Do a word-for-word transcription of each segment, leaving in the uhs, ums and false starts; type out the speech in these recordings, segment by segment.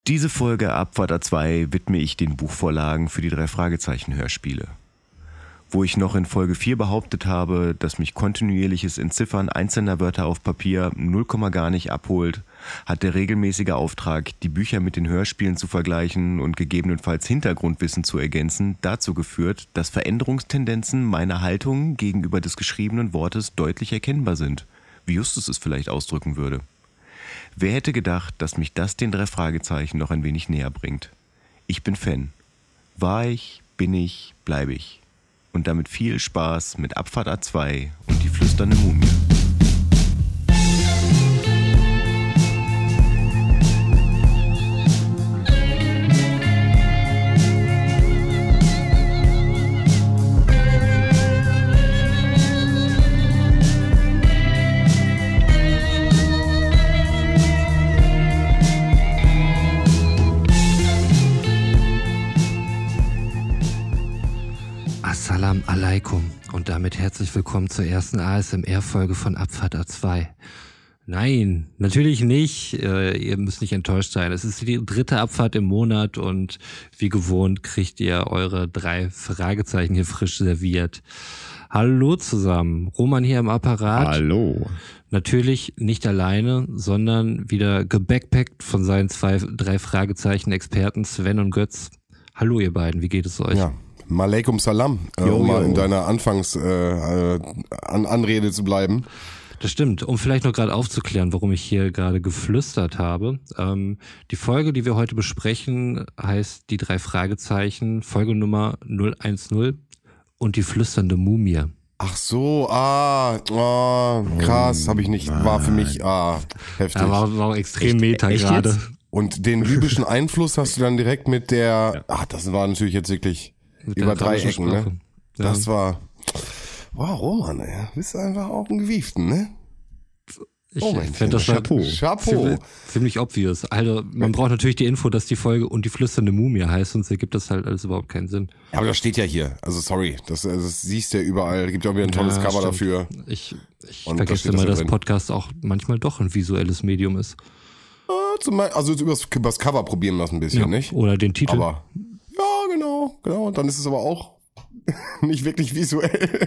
Diese Folge Abfahrt A zwei widme ich den Buchvorlagen für die drei Fragezeichen-Hörspiele. Wo ich noch in Folge vier behauptet habe, dass mich kontinuierliches Entziffern einzelner Wörter auf Papier null Komma gar nicht abholt, hat der regelmäßige Auftrag, die Bücher mit den Hörspielen zu vergleichen und gegebenenfalls Hintergrundwissen zu ergänzen, dazu geführt, dass Veränderungstendenzen meiner Haltung gegenüber des geschriebenen Wortes deutlich erkennbar sind, wie Justus es vielleicht ausdrücken würde. Wer hätte gedacht, dass mich das den drei Fragezeichen noch ein wenig näher bringt? Ich bin Fan. War ich, bin ich, bleibe ich. Und damit viel Spaß mit Abfahrt A zwei und die flüsternde Mumie. Assalam alaikum und damit herzlich willkommen zur ersten A S M R-Folge von Abfahrt A zwei. Nein, natürlich nicht. Äh, ihr müsst nicht enttäuscht sein. Es ist die dritte Abfahrt im Monat und wie gewohnt kriegt ihr eure drei Fragezeichen hier frisch serviert. Hallo zusammen, Roman hier im Apparat. Hallo. Natürlich nicht alleine, sondern wieder gebackpackt von seinen zwei, drei Fragezeichen-Experten Sven und Götz. Hallo ihr beiden, wie geht es euch? Ja. Maleikum Salam, äh, jo, um mal jo. in deiner Anfangs äh, an Anrede zu bleiben. Das stimmt. Um vielleicht noch gerade aufzuklären, warum ich hier gerade geflüstert habe. Ähm, die Folge, die wir heute besprechen, heißt die drei Fragezeichen, Folge Nummer null eins null und die flüsternde Mumie. Ach so, ah, oh, krass, habe ich nicht, war für mich, ah, heftig. Ja, war, war extrem echt, Meta echt gerade. Und den libyschen Einfluss hast du dann direkt mit der, ach, das war natürlich jetzt wirklich Mit über der drei Ecken, ne? Ja. Das war, wow, Roman, ey, bist einfach auch ein Gewieften, ne? Ich oh mein finde das Chapeau. Chapeau. Ziemlich obvious. Also man braucht natürlich die Info, dass die Folge und die flüsternde Mumie heißt, sonst ergibt das halt alles überhaupt keinen Sinn. Ja, aber das steht ja hier. Also sorry, das, das siehst du ja überall. Gibt ja auch wieder ein tolles ja, Cover stimmt. dafür. Ich, ich Und vergesse da immer, das dass ja Podcast auch manchmal doch ein visuelles Medium ist. Also übers, übers Cover probieren lassen ein bisschen, Ja, nicht? oder den Titel. Aber ja, genau, genau. Und dann ist es aber auch nicht wirklich visuell.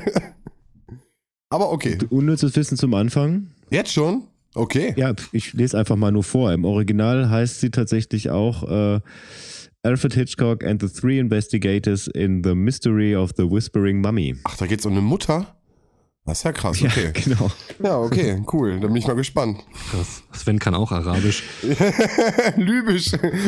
Aber okay. Unnützes Wissen zum Anfang. Jetzt schon? Okay. Ja, ich lese einfach mal nur vor. Im Original heißt sie tatsächlich auch äh, Alfred Hitchcock and the Three Investigators in the Mystery of the Whispering Mummy. Ach, da geht's um eine Mutter? Das ist ja krass, okay. Ja, genau. Ja, okay, cool. Dann bin ich mal gespannt. Krass. Sven kann auch Arabisch. Lybisch.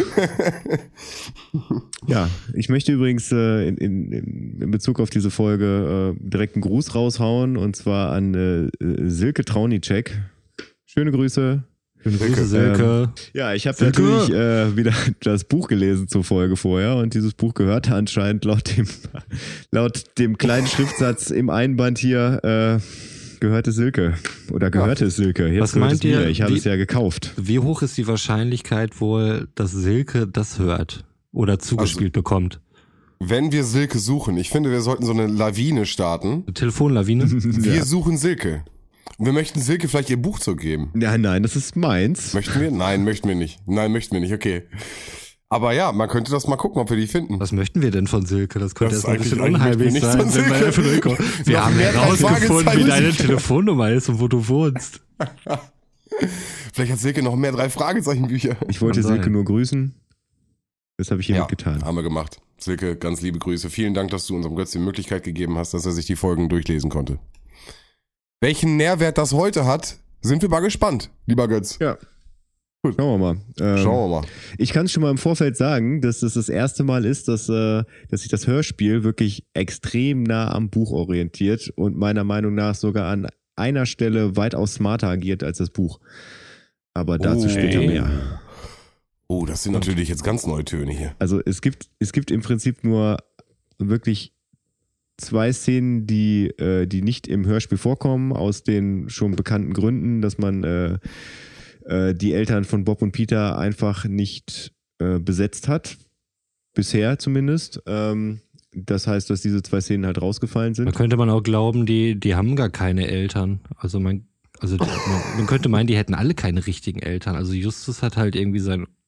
Ja, ich möchte übrigens äh, in, in, in Bezug auf diese Folge äh, direkt einen Gruß raushauen und zwar an äh, Silke Traunicek. Schöne Grüße. Schöne Grüße, Silke. Ähm, ja, ich habe natürlich äh, wieder das Buch gelesen zur Folge vorher und dieses Buch gehörte anscheinend laut dem, laut dem kleinen Schriftsatz im Einband hier äh, gehörte Silke oder gehörte ja. es Silke. Jetzt Was gehört meint es mir. ihr? Ich habe wie, es ja gekauft. Wie hoch ist die Wahrscheinlichkeit wohl, dass Silke das hört oder zugespielt also, bekommt? Wenn wir Silke suchen, ich finde, wir sollten so eine Lawine starten. Eine Telefonlawine? Wir Ja. suchen Silke. Und wir möchten Silke vielleicht ihr Buch zurückgeben. Ja, nein, das ist meins. Möchten wir? Nein, möchten wir nicht. Nein, möchten wir nicht, okay. Aber ja, man könnte das mal gucken, ob wir die finden. Was möchten wir denn von Silke? Das könnte Das erst mal ein ist bisschen eigentlich- eigentlich unheimlich möchten wir sein, nichts wenn wir von einfach nur Wir Noch haben mehr drei herausgefunden, wie Fragezeichen. deine Telefonnummer ist und wo du wohnst. Vielleicht hat Silke noch mehr drei Fragezeichenbücher. Ich wollte Kann sein. Silke nur grüßen. Das habe ich hiermit Ja, getan. haben wir gemacht. Silke, ganz liebe Grüße. Vielen Dank, dass du unserem Götz die Möglichkeit gegeben hast, dass er sich die Folgen durchlesen konnte. Welchen Nährwert das heute hat, sind wir mal gespannt, lieber Götz. Ja. Gut. Schauen wir mal. Ähm, Schauen wir mal. Ich kann es schon mal im Vorfeld sagen, dass das das erste Mal ist, dass, äh, dass sich das Hörspiel wirklich extrem nah am Buch orientiert und meiner Meinung nach sogar an einer Stelle weitaus smarter agiert als das Buch. Aber dazu Oh. später Ey. mehr. Oh, das sind natürlich jetzt ganz neue Töne hier. Also es gibt, es gibt im Prinzip nur wirklich zwei Szenen, die, äh, die nicht im Hörspiel vorkommen, aus den schon bekannten Gründen, dass man äh, äh, die Eltern von Bob und Peter einfach nicht äh, besetzt hat. Bisher zumindest. Ähm, das heißt, dass diese zwei Szenen halt rausgefallen Da sind. könnte man auch glauben, die, die haben gar keine Eltern. Also man, also die, man, man könnte meinen, die hätten alle keine richtigen Eltern. Also Justus hat halt irgendwie seinen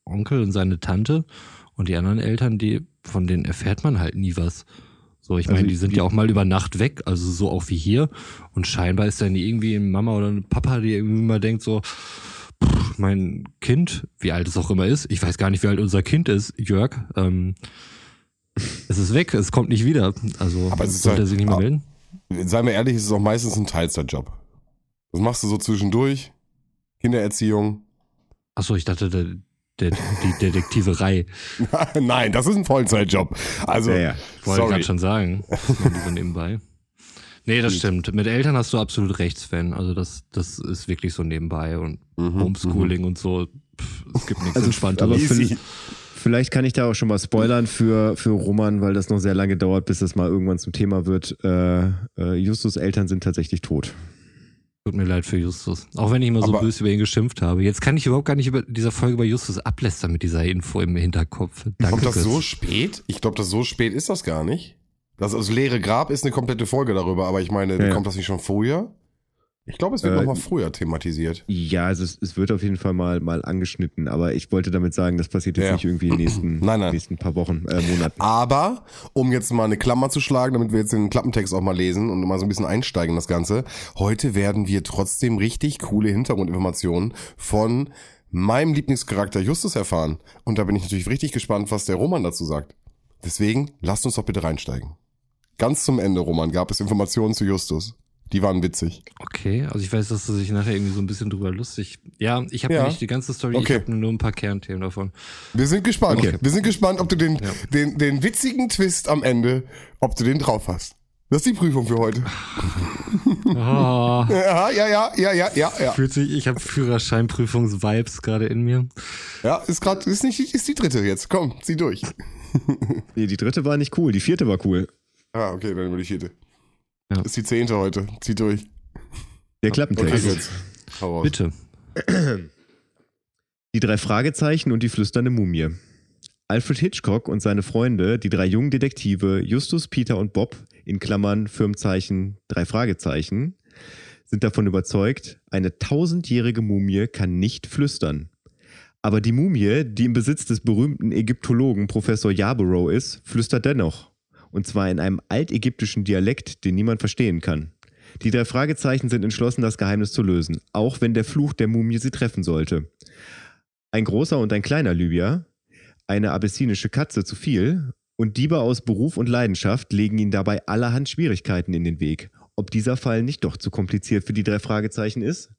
Onkel und seine Tante und die anderen Eltern, die von denen erfährt man halt nie was. So, ich meine, Also die sind wie- ja auch mal über Nacht weg, also so auch wie hier. Und scheinbar ist dann irgendwie eine Mama oder ein Papa, die irgendwie mal denkt so, pff, mein Kind, wie alt es auch immer ist, ich weiß gar nicht, wie alt unser Kind ist, Jörg, ähm, es ist weg, es kommt nicht wieder. Also Aber es ist sollte halt- er sich nicht mehr ah. melden. Seien wir ehrlich, es ist auch meistens ein Teilzeitjob. Das machst du so zwischendurch. Kindererziehung. Achso, ich dachte, der, der, die Detektiverei. Nein, das ist ein Vollzeitjob. Also, Ja, ja. Wollte ich sorry. gerade schon sagen. Das machen die so nebenbei. Nee, das stimmt. Mit Eltern hast du absolut recht, Sven. Also das, das ist wirklich so nebenbei und Mhm, Homeschooling und so. Pff, es gibt nichts Also, Entspannteres. aber Easy. für, vielleicht kann ich da auch schon mal spoilern für, für Roman, weil das noch sehr lange dauert, bis das mal irgendwann zum Thema wird. Äh, äh, Justus' Eltern sind tatsächlich tot. Tut mir leid für Justus. Auch wenn ich immer so Aber- böse über ihn geschimpft habe. Jetzt kann ich überhaupt gar nicht über dieser Folge über Justus ablästern mit dieser Info im Hinterkopf. Danke. Kommt das Götz. so spät? Ich glaube, das so spät ist das gar nicht. Das also leere Grab ist eine komplette Folge darüber, aber ich meine, Ja. kommt das nicht schon früher? Ich glaube, es wird Äh, noch mal früher thematisiert. Ja, also es, es wird auf jeden Fall mal, mal angeschnitten, aber ich wollte damit sagen, das passiert jetzt Ja. nicht irgendwie in den nächsten, Nein, nein. nächsten paar Wochen, äh, Monaten. Aber, um jetzt mal eine Klammer zu schlagen, damit wir jetzt den Klappentext auch mal lesen und mal so ein bisschen einsteigen in das Ganze. Heute werden wir trotzdem richtig coole Hintergrundinformationen von meinem Lieblingscharakter Justus erfahren. Und da bin ich natürlich richtig gespannt, was der Roman dazu sagt. Deswegen, lasst uns doch bitte reinsteigen. Ganz zum Ende, Roman, gab es Informationen zu Justus. Die waren witzig. Okay, also ich weiß, dass du dich nachher irgendwie so ein bisschen drüber lustig. Ja, ich habe Ja. nicht die ganze Story, Okay. ich habe nur ein paar Kernthemen davon. Wir sind gespannt. Okay. Wir sind gespannt, ob du den, Ja. den, den witzigen Twist am Ende, ob du den drauf hast. Das ist die Prüfung für heute. Oh, Ja, ja, ja, ja, ja, ja, ja. fühlt sich, ich habe Führerscheinprüfungs-Vibes gerade in mir. Ja, ist gerade, ist nicht, ist die dritte jetzt. Komm, zieh durch. Nee, die dritte war nicht cool, die vierte war cool. Ah, okay, dann über die vierte. Ja. Ist die zehnte heute. Zieh durch. Der Okay, Klappentext. jetzt. Hau raus. Bitte. Die drei Fragezeichen und die flüsternde Mumie. Alfred Hitchcock und seine Freunde, die drei jungen Detektive Justus, Peter und Bob, in Klammern, Firmenzeichen, drei Fragezeichen, sind davon überzeugt, eine tausendjährige Mumie kann nicht flüstern. Aber die Mumie, die im Besitz des berühmten Ägyptologen Professor Yarborough ist, flüstert dennoch. Und zwar in einem altägyptischen Dialekt, den niemand verstehen kann. Die drei Fragezeichen sind entschlossen, das Geheimnis zu lösen, auch wenn der Fluch der Mumie sie treffen sollte. Ein großer und ein kleiner Libyer, eine abessinische Katze zu viel und Diebe aus Beruf und Leidenschaft legen ihnen dabei allerhand Schwierigkeiten in den Weg. Ob dieser Fall nicht doch zu kompliziert für die drei Fragezeichen ist?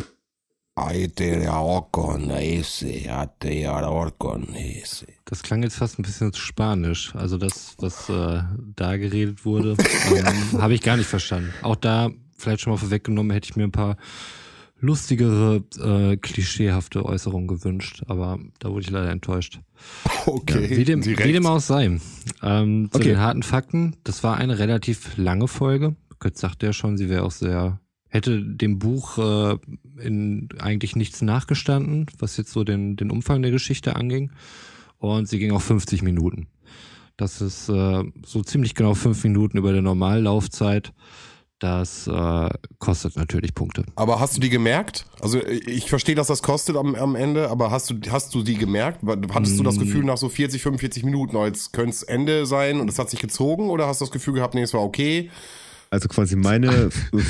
Das klang jetzt fast ein bisschen spanisch. Also das, was äh, da geredet wurde, ähm, habe ich gar nicht verstanden. Auch da, vielleicht schon mal vorweggenommen, hätte ich mir ein paar lustigere, äh, klischeehafte Äußerungen gewünscht. Aber da wurde ich leider enttäuscht. Okay, Wie dem, direkt. wie dem auch sei. Ähm, zu Okay. den harten Fakten, das war eine relativ lange Folge. Götz sagte ja schon, sie wäre auch sehr, hätte dem Buch äh, in eigentlich nichts nachgestanden, was jetzt so den, den Umfang der Geschichte anging. Und sie ging auch fünfzig Minuten. Das ist äh, so ziemlich genau fünf Minuten über der Normallaufzeit. Das äh, kostet natürlich Punkte. Aber hast du die gemerkt? Also ich verstehe, dass das kostet am, am Ende, aber hast du, hast du die gemerkt? Hattest du das Gefühl nach so vierzig, fünfundvierzig Minuten, oh, jetzt könnte es Ende sein und es hat sich gezogen? Oder hast du das Gefühl gehabt, nee, es war okay? Also quasi meine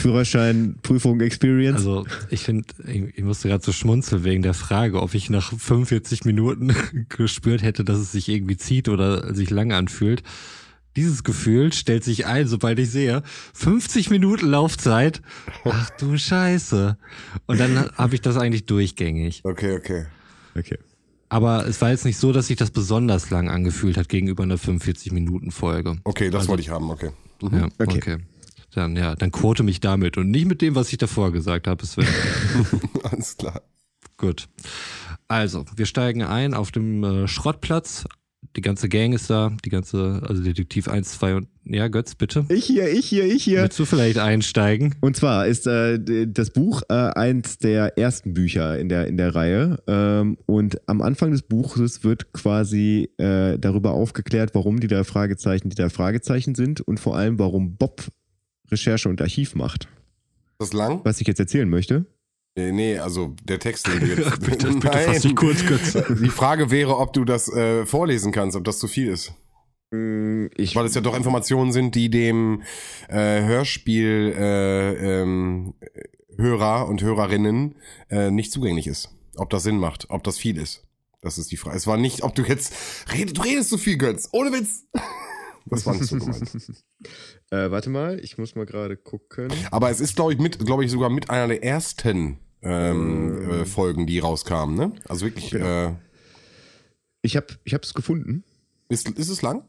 Führerscheinprüfung-Experience. Also ich finde, ich, ich musste gerade so schmunzeln wegen der Frage, ob ich nach fünfundvierzig Minuten gespürt hätte, dass es sich irgendwie zieht oder sich lang anfühlt. Dieses Gefühl stellt sich ein, sobald ich sehe, fünfzig Minuten Laufzeit. Ach du Scheiße. Und dann habe ich das eigentlich durchgängig. Okay, okay. Okay. Aber es war jetzt nicht so, dass sich das besonders lang angefühlt hat gegenüber einer fünfundvierzig-Minuten-Folge. Okay, das Also- wollte ich haben, okay. Mhm. Ja, Okay. okay. Dann, ja, dann quote mich damit und nicht mit dem, was ich davor gesagt habe. Sven. Alles klar. Gut. Also, wir steigen ein auf dem äh, Schrottplatz. Die ganze Gang ist da, die ganze, also Detektiv eins, zwei und, ja, Götz, bitte. Ich hier, ich hier, ich hier. Willst du vielleicht einsteigen? Und zwar ist äh, d- das Buch äh, eins der ersten Bücher in der, in der Reihe. Ähm, und am Anfang des Buches wird quasi äh, darüber aufgeklärt, warum die drei Fragezeichen die drei Fragezeichen sind und vor allem, warum Bob Recherche und Archiv macht. Ist das lang? Was ich jetzt erzählen möchte. Äh, nee, also der Text, den du jetzt... bitte, bitte fass dich kurz, Götz. Die Frage wäre, ob du das äh, vorlesen kannst, ob das zu viel ist. Ich, Weil es ja doch Informationen sind, die dem äh, Hörspiel äh, ähm, Hörer und Hörerinnen äh, nicht zugänglich ist. Ob das Sinn macht, ob das viel ist. Das ist die Frage. Es war nicht, ob du jetzt... Red, du redest so viel, Götz. Ohne Witz. Das war nicht so gemeint. äh, warte mal, ich muss mal gerade gucken. Aber es ist, glaube ich, mit, glaube ich, sogar mit einer der ersten ähm, äh, Folgen, die rauskamen, ne? Also wirklich, Genau. äh, Ich habe ich es gefunden. ist, ist es lang?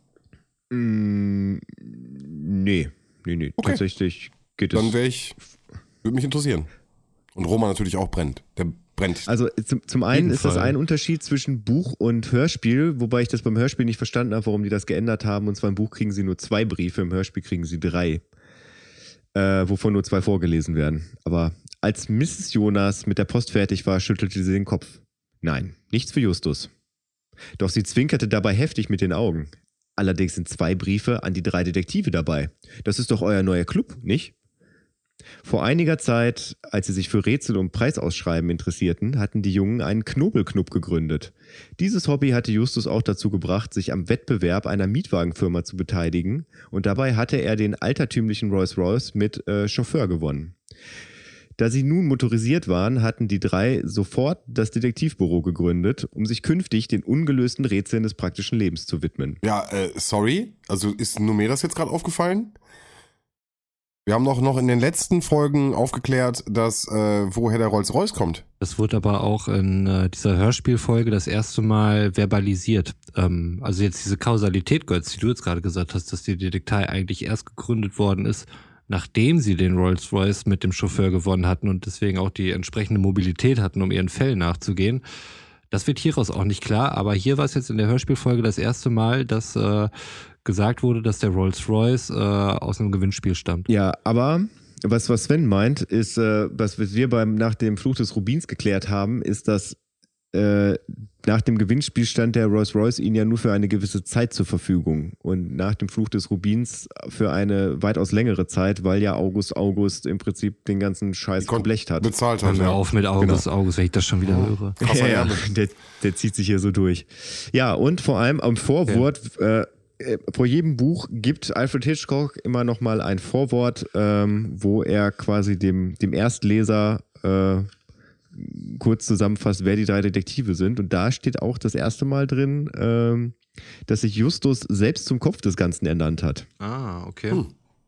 Mm, nee, nee, nee. Okay. Tatsächlich geht Dann es. wäre ich, würde mich interessieren. Und Roman natürlich auch brennt. Der brennt. Also zum, zum einen Jeden ist das Fall. ein Unterschied zwischen Buch und Hörspiel, wobei ich das beim Hörspiel nicht verstanden habe, warum die das geändert haben. Und zwar im Buch kriegen sie nur zwei Briefe, im Hörspiel kriegen sie drei, äh, wovon nur zwei vorgelesen werden. Aber als Misses Jonas mit der Post fertig war, schüttelte sie den Kopf. Nein, nichts für Justus. Doch sie zwinkerte dabei heftig mit den Augen. Allerdings sind zwei Briefe an die drei Detektive dabei. Das ist doch euer neuer Club, nicht? Vor einiger Zeit, als sie sich für Rätsel und Preisausschreiben interessierten, hatten die Jungen einen Knobelclub gegründet. Dieses Hobby hatte Justus auch dazu gebracht, sich am Wettbewerb einer Mietwagenfirma zu beteiligen, und dabei hatte er den altertümlichen Rolls-Royce mit äh, Chauffeur gewonnen. Da sie nun motorisiert waren, hatten die drei sofort das Detektivbüro gegründet, um sich künftig den ungelösten Rätseln des praktischen Lebens zu widmen. Ja, äh, sorry. Also ist nur mir das jetzt gerade aufgefallen? Wir haben doch noch in den letzten Folgen aufgeklärt, dass äh, woher der Rolls-Royce kommt. Das wurde aber auch in äh, dieser Hörspielfolge das erste Mal verbalisiert. Ähm, also jetzt diese Kausalität, Götz, die du jetzt gerade gesagt hast, dass die Detektei eigentlich erst gegründet worden ist, nachdem sie den Rolls-Royce mit dem Chauffeur gewonnen hatten und deswegen auch die entsprechende Mobilität hatten, um ihren Fällen nachzugehen. Das wird hieraus auch nicht klar, aber hier war es jetzt in der Hörspielfolge das erste Mal, dass äh, gesagt wurde, dass der Rolls-Royce äh, aus einem Gewinnspiel stammt. Ja, aber was, was Sven meint, ist, äh, was wir beim nach dem Fluch des Rubins geklärt haben, ist, dass äh, nach dem Gewinnspiel stand der Rolls-Royce ihnen ja nur für eine gewisse Zeit zur Verfügung und nach dem Fluch des Rubins für eine weitaus längere Zeit, weil ja August August im Prinzip den ganzen Scheiß Kon- geblecht hat. Bezahlt Hör hat, mir ja. auf mit August, August, wenn ich das schon wieder höre. Krasser ja, Erbe. der, der zieht sich hier so durch. Ja, und vor allem am Vorwort, äh, äh, vor jedem Buch gibt Alfred Hitchcock immer nochmal ein Vorwort, ähm, wo er quasi dem, dem Erstleser äh, kurz zusammenfasst, wer die drei Detektive sind. Und da steht auch das erste Mal drin, ähm, dass sich Justus selbst zum Kopf des Ganzen ernannt hat. Ah, okay. Hm.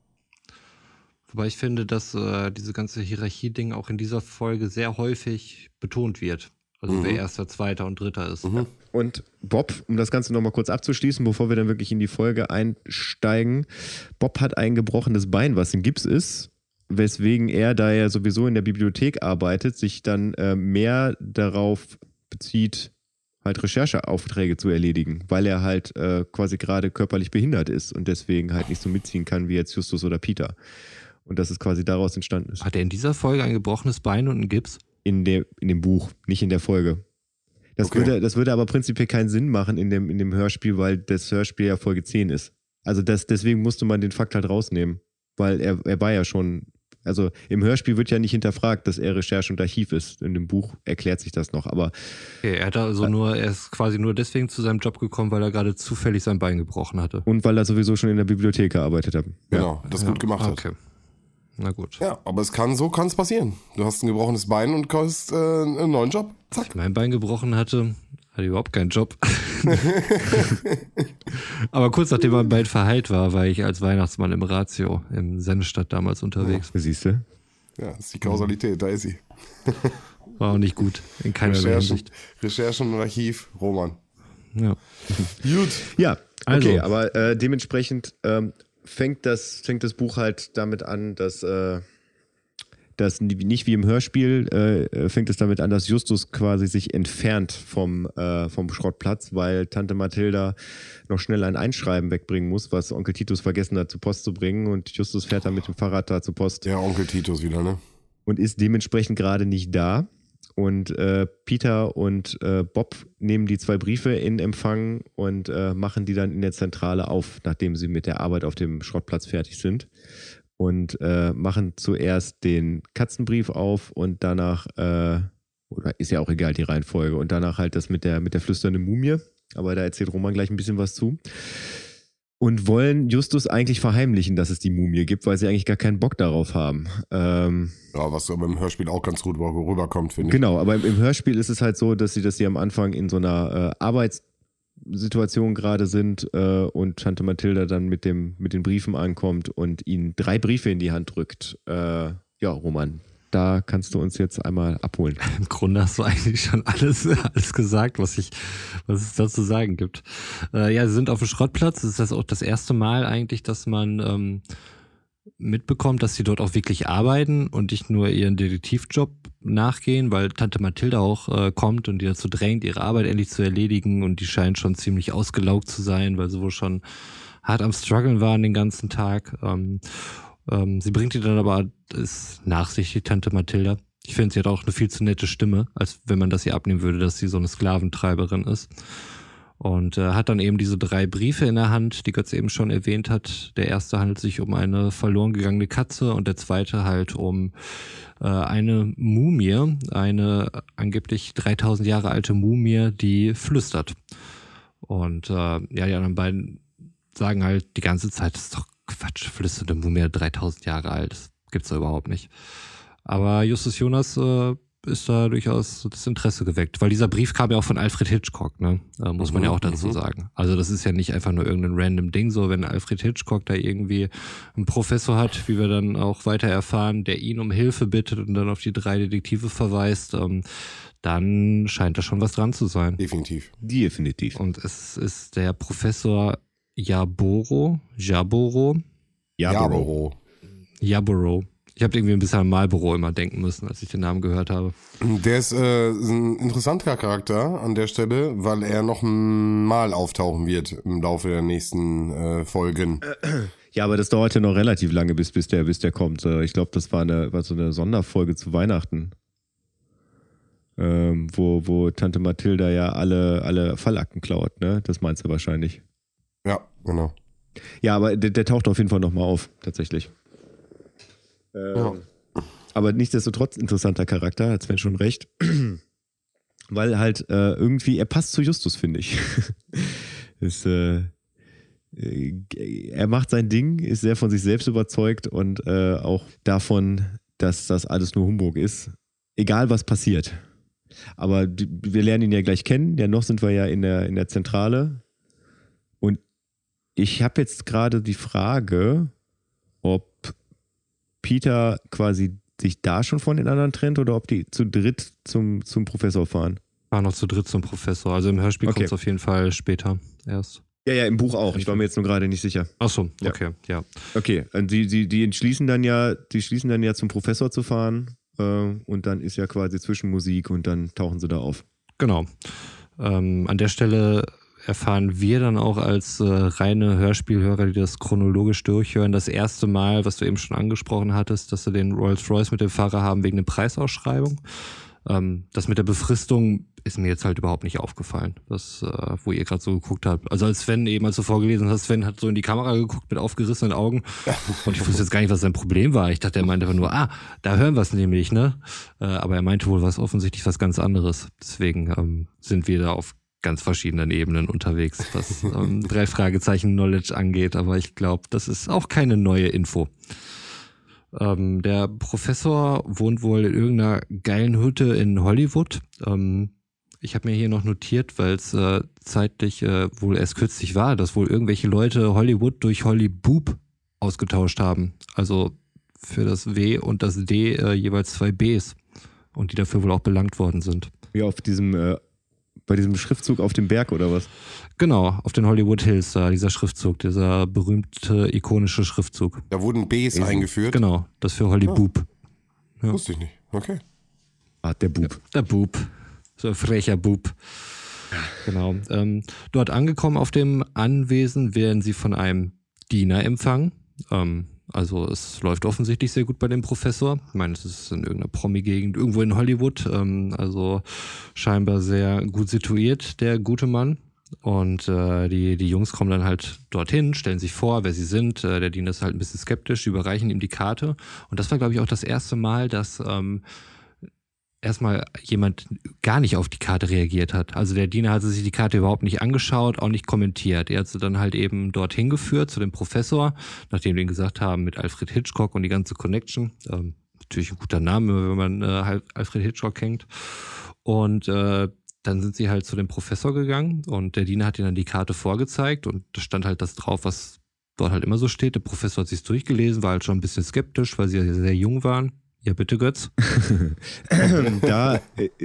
Wobei ich finde, dass äh, diese ganze Hierarchie-Ding auch in dieser Folge sehr häufig betont wird. Also Mhm. wer erster, zweiter und dritter ist. Mhm. Und Bob, um das Ganze nochmal kurz abzuschließen, bevor wir dann wirklich in die Folge einsteigen, Bob hat ein gebrochenes Bein, was in Gips ist, weswegen er, da er sowieso in der Bibliothek arbeitet, sich dann äh, mehr darauf bezieht, halt Rechercheaufträge zu erledigen, weil er halt äh, quasi gerade körperlich behindert ist und deswegen halt nicht so mitziehen kann wie jetzt Justus oder Peter. Und dass es quasi daraus entstanden ist. Hat er in dieser Folge ein gebrochenes Bein und einen Gips? In, der, in dem Buch, nicht in der Folge. Das, Okay. würde, das würde aber prinzipiell keinen Sinn machen in dem, in dem Hörspiel, weil das Hörspiel ja Folge zehn ist. Also das, deswegen musste man den Fakt halt rausnehmen. Weil er, er war ja schon, also im Hörspiel wird ja nicht hinterfragt, dass er Recherche und Archiv ist. In dem Buch erklärt sich das noch, aber Okay, er hat also nur, er ist quasi nur deswegen zu seinem Job gekommen, weil er gerade zufällig sein Bein gebrochen hatte. und weil er sowieso schon in der Bibliothek gearbeitet hat. Genau, das Ja, gut gemacht hat. Okay. Na gut. Ja, aber es kann, so kann es passieren. Du hast ein gebrochenes Bein und hast äh, einen neuen Job. Als ich mein Bein gebrochen hatte, hatte ich überhaupt keinen Job. Aber kurz nachdem mein Bein verheilt war, war ich als Weihnachtsmann im Ratio im Sennestadt damals unterwegs. Siehst du? Ja, das ist die Kausalität, da ist sie. War auch nicht gut, in keiner Recherchen, Hinsicht. Recherchen und Archiv, Roman. Ja. Gut. Ja, Also. okay, aber äh, dementsprechend ähm, fängt, das, fängt das Buch halt damit an, dass, äh, dass nicht wie im Hörspiel äh, fängt es damit an, dass Justus quasi sich entfernt vom, äh, vom Schrottplatz, weil Tante Mathilda noch schnell ein Einschreiben wegbringen muss, was Onkel Titus vergessen hat, zur Post zu bringen, und Justus fährt dann mit dem Fahrrad da zur Post Ja, Onkel Titus wieder, ne? und ist dementsprechend gerade nicht da. Und äh, Peter und äh, Bob nehmen die zwei Briefe in Empfang und äh, machen die dann in der Zentrale auf, nachdem sie mit der Arbeit auf dem Schrottplatz fertig sind. und äh, machen zuerst den Katzenbrief auf und danach, äh, oder ist ja auch egal die Reihenfolge, und danach halt das mit der, mit der flüsternden Mumie. Aber da erzählt Roman gleich ein bisschen was zu. Und wollen Justus eigentlich verheimlichen, dass es die Mumie gibt, weil sie eigentlich gar keinen Bock darauf haben. Ähm, Ja, was aber im Hörspiel auch ganz gut rüberkommt, finde ich. genau, aber im, im Hörspiel ist es halt so, dass sie, dass sie am Anfang in so einer äh, Arbeitssituation gerade sind äh, und Tante Mathilda dann mit, dem, mit den Briefen ankommt und ihnen drei Briefe in die Hand drückt. Äh, ja, Roman, da kannst du uns jetzt einmal abholen. Im Grunde hast du eigentlich schon alles, alles gesagt, was ich, was es da zu sagen gibt. Äh, ja, sie sind auf dem Schrottplatz. Das ist das auch das erste Mal eigentlich, dass man ähm, mitbekommt, dass sie dort auch wirklich arbeiten und nicht nur ihren Detektivjob nachgehen, weil Tante Mathilda auch äh, kommt und die dazu drängt, ihre Arbeit endlich zu erledigen, und die scheint schon ziemlich ausgelaugt zu sein, weil sie wohl schon hart am Struggeln waren den ganzen Tag. Ähm, Ähm, sie bringt die dann aber, ist nachsichtig, Tante Mathilda. Ich finde, sie hat auch eine viel zu nette Stimme, als wenn man das ihr abnehmen würde, dass sie so eine Sklaventreiberin ist. Und äh, hat dann eben diese drei Briefe in der Hand, die Götz eben schon erwähnt hat. Der erste handelt sich um eine verloren gegangene Katze und der zweite halt um äh, eine Mumie, eine angeblich dreitausend Jahre alte Mumie, die flüstert. Und äh, ja, die anderen beiden sagen halt die ganze Zeit, das ist doch Quatsch, flüsternde Mumie, dreitausend Jahre alt, das gibt's da überhaupt nicht. Aber Justus Jonas äh, ist da durchaus das Interesse geweckt, weil dieser Brief kam ja auch von Alfred Hitchcock, ne? Äh, muss man ja auch dazu sagen. Also das ist ja nicht einfach nur irgendein random Ding, so wenn Alfred Hitchcock da irgendwie einen Professor hat, wie wir dann auch weiter erfahren, der ihn um Hilfe bittet und dann auf die drei Detektive verweist, ähm, dann scheint da schon was dran zu sein. Definitiv. Definitiv. Und es ist der Professor Jaboro, Jaboro, Jaboro. Jaboro. Ich habe irgendwie ein bisschen an Marlboro immer denken müssen, als ich den Namen gehört habe. Der ist äh, ein interessanter Charakter an der Stelle, weil er noch mal auftauchen wird im Laufe der nächsten äh, Folgen. Ja, aber das dauert ja noch relativ lange, bis, bis, der, bis der kommt. Ich glaube, das war, eine, war so eine Sonderfolge zu Weihnachten. Ähm, wo, wo Tante Mathilda ja alle, alle Fallakten klaut, ne? Das meinst du wahrscheinlich. Ja, genau. Ja, aber der, der taucht auf jeden Fall nochmal auf, tatsächlich. Ähm, Ja. Aber nichtsdestotrotz interessanter Charakter, hat Sven schon recht. Weil halt äh, irgendwie, er passt zu Justus, finde ich. ist, äh, er macht sein Ding, ist sehr von sich selbst überzeugt und äh, auch davon, dass das alles nur Humbug ist. Egal, was passiert. Aber wir lernen ihn ja gleich kennen. Ja, noch sind wir ja in der, in der Zentrale. Und ich habe jetzt gerade die Frage, ob Peter quasi sich da schon von den anderen trennt oder ob die zu dritt zum, zum Professor fahren. War noch zu dritt zum Professor. Also im Hörspiel Okay. kommt es auf jeden Fall später erst. Ja, ja, im Buch auch. Ich war mir jetzt nur gerade nicht sicher. Ach so, Ja. okay, ja. Okay, und die, die, die entschließen dann ja, die schließen dann ja zum Professor zu fahren äh, und dann ist ja quasi Zwischenmusik und dann tauchen sie da auf. Genau. Ähm, an der Stelle erfahren wir dann auch als äh, reine Hörspielhörer, die das chronologisch durchhören, das erste Mal, was du eben schon angesprochen hattest, dass sie den Rolls-Royce mit dem Fahrer haben wegen der Preisausschreibung. Ähm, das mit der Befristung ist mir jetzt halt überhaupt nicht aufgefallen, das, äh, wo ihr gerade so geguckt habt. Also als Sven eben, als du vorgelesen hast, Sven hat so in die Kamera geguckt mit aufgerissenen Augen und ich wusste jetzt gar nicht, was sein Problem war. Ich dachte, er meinte einfach nur, ah, da hören wir es nämlich, ne? Äh, aber er meinte wohl was offensichtlich was ganz anderes. Deswegen ähm, sind wir da auf ganz verschiedenen Ebenen unterwegs, was ähm, drei Fragezeichen Knowledge angeht, aber ich glaube, das ist auch keine neue Info. Ähm, der Professor wohnt wohl in irgendeiner geilen Hütte in Hollywood. Ähm, ich habe mir hier noch notiert, weil es äh, zeitlich äh, wohl erst kürzlich war, dass wohl irgendwelche Leute Hollywood durch Hollyboob ausgetauscht haben. Also für das W und das D äh, jeweils zwei Bs und die dafür wohl auch belangt worden sind. Wie auf diesem, äh, bei diesem Schriftzug auf dem Berg oder was? Genau, auf den Hollywood Hills, da dieser Schriftzug, dieser berühmte, ikonische Schriftzug. Da wurden Bs eingeführt. Genau, das für Hollyboob. Ja. Wusste ich nicht. Okay. Ah, der Bub. Der Bub. So ein frecher Bub. Genau. Ähm, dort angekommen auf dem Anwesen werden sie von einem Diener empfangen. Ähm, also es läuft offensichtlich sehr gut bei dem Professor. Ich meine, es ist in irgendeiner Promi-Gegend, irgendwo in Hollywood. Ähm, also scheinbar sehr gut situiert, der gute Mann. Und äh, die, die Jungs kommen dann halt dorthin, stellen sich vor, wer sie sind. Äh, der Diener ist halt ein bisschen skeptisch, überreichen ihm die Karte. Und das war, glaube ich, auch das erste Mal, dass ähm, erstmal jemand gar nicht auf die Karte reagiert hat. Also der Diener hatte sich die Karte überhaupt nicht angeschaut, auch nicht kommentiert. Er hat sie dann halt eben dorthin geführt zu dem Professor, nachdem wir ihn gesagt haben mit Alfred Hitchcock und die ganze Connection. Ähm, natürlich ein guter Name, wenn man äh, Alfred Hitchcock kennt. Und äh, dann sind sie halt zu dem Professor gegangen und der Diener hat ihnen dann die Karte vorgezeigt und da stand halt das drauf, was dort halt immer so steht. Der Professor hat sich's durchgelesen, war halt schon ein bisschen skeptisch, weil sie ja sehr jung waren. Ja, bitte, Götz. da,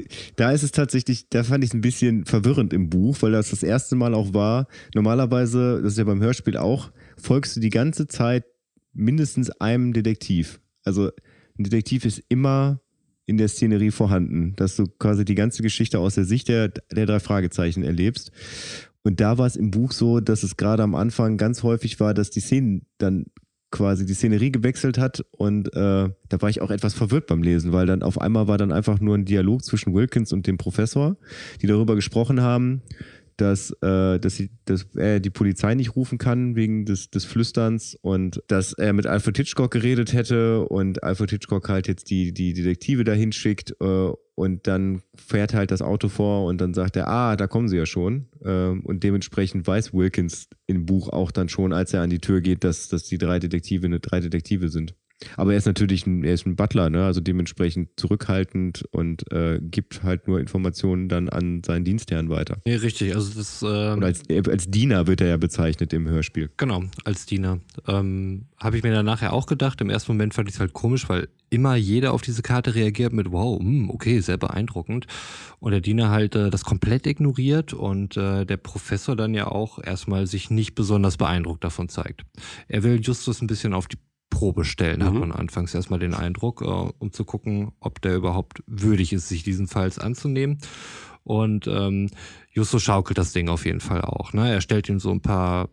da ist es tatsächlich, da fand ich es ein bisschen verwirrend im Buch, weil das das erste Mal auch war. Normalerweise, das ist ja beim Hörspiel auch, folgst du die ganze Zeit mindestens einem Detektiv. Also ein Detektiv ist immer in der Szenerie vorhanden, dass du quasi die ganze Geschichte aus der Sicht der, der drei Fragezeichen erlebst. Und da war es im Buch so, dass es gerade am Anfang ganz häufig war, dass die Szenen dann quasi die Szenerie gewechselt hat und äh, da war ich auch etwas verwirrt beim Lesen, weil dann auf einmal war dann einfach nur ein Dialog zwischen Wilkins und dem Professor, die darüber gesprochen haben, dass, äh, dass, sie, dass er die Polizei nicht rufen kann wegen des, des Flüsterns und dass er mit Alfred Hitchcock geredet hätte und Alfred Hitchcock halt jetzt die, die Detektive dahin schickt äh, und dann fährt halt das Auto vor und dann sagt er, ah, da kommen sie ja schon. Ähm, und dementsprechend weiß Wilkins im Buch auch dann schon, als er an die Tür geht, dass, dass die drei Detektive eine drei Detektive sind. Aber er ist natürlich ein, er ist ein Butler, ne? Also dementsprechend zurückhaltend und äh, gibt halt nur Informationen dann an seinen Dienstherrn weiter. Nee, richtig. Also das, ähm, Oder als, als Diener wird er ja bezeichnet im Hörspiel. Genau, als Diener. Ähm, habe ich mir dann nachher auch gedacht. Im ersten Moment fand ich es halt komisch, weil immer jeder auf diese Karte reagiert mit wow, mh, okay, sehr beeindruckend. Und der Diener halt äh, das komplett ignoriert und äh, der Professor dann ja auch erstmal sich nicht besonders beeindruckt davon zeigt. Er will Justus ein bisschen auf die Probe stellen, mhm. hat man anfangs erstmal den Eindruck, äh, um zu gucken, ob der überhaupt würdig ist, sich diesen Falls anzunehmen. Und ähm, Justus schaukelt das Ding auf jeden Fall auch. Ne? Er stellt ihm so ein paar,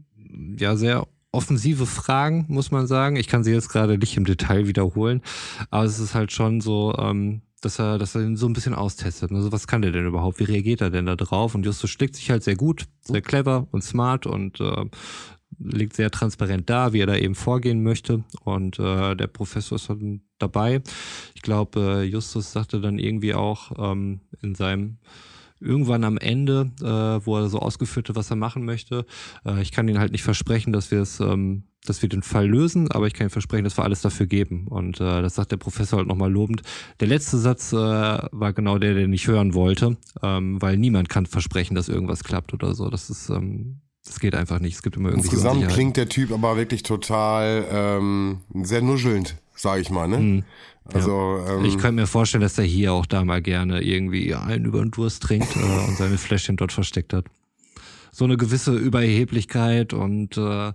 ja, sehr offensive Fragen, muss man sagen. Ich kann sie jetzt gerade nicht im Detail wiederholen, aber es ist halt schon so, ähm, dass er, dass er ihn so ein bisschen austestet. Also was kann der denn überhaupt? Wie reagiert er denn da drauf? Und Justus schlägt sich halt sehr gut, sehr clever und smart und äh, legt sehr transparent dar, wie er da eben vorgehen möchte. Und äh, der Professor ist dann dabei. Ich glaube, äh, Justus sagte dann irgendwie auch ähm, in seinem irgendwann am Ende, äh, wo er so ausgeführt hat, was er machen möchte. Äh, ich kann Ihnen halt nicht versprechen, dass wir es, ähm, dass wir den Fall lösen, aber ich kann Ihnen versprechen, dass wir alles dafür geben. Und äh, das sagt der Professor halt nochmal lobend. Der letzte Satz äh, war genau der, den ich hören wollte, ähm, weil niemand kann versprechen, dass irgendwas klappt oder so. Das ist ähm, Das geht einfach nicht. Es gibt immer irgendwie Insgesamt klingt der Typ aber wirklich total ähm, sehr nuschelnd, sage ich mal, ne? Hm, also ja. ähm, Ich könnte mir vorstellen, dass er hier auch da mal gerne irgendwie einen über den Durst trinkt äh, und seine Fläschchen dort versteckt hat. So eine gewisse Überheblichkeit und äh,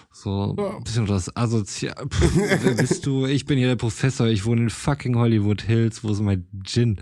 so ein bisschen das Asozial. Pff, wer bist du? Ich bin hier der Professor. Ich wohne in fucking Hollywood Hills. Wo ist mein Gin?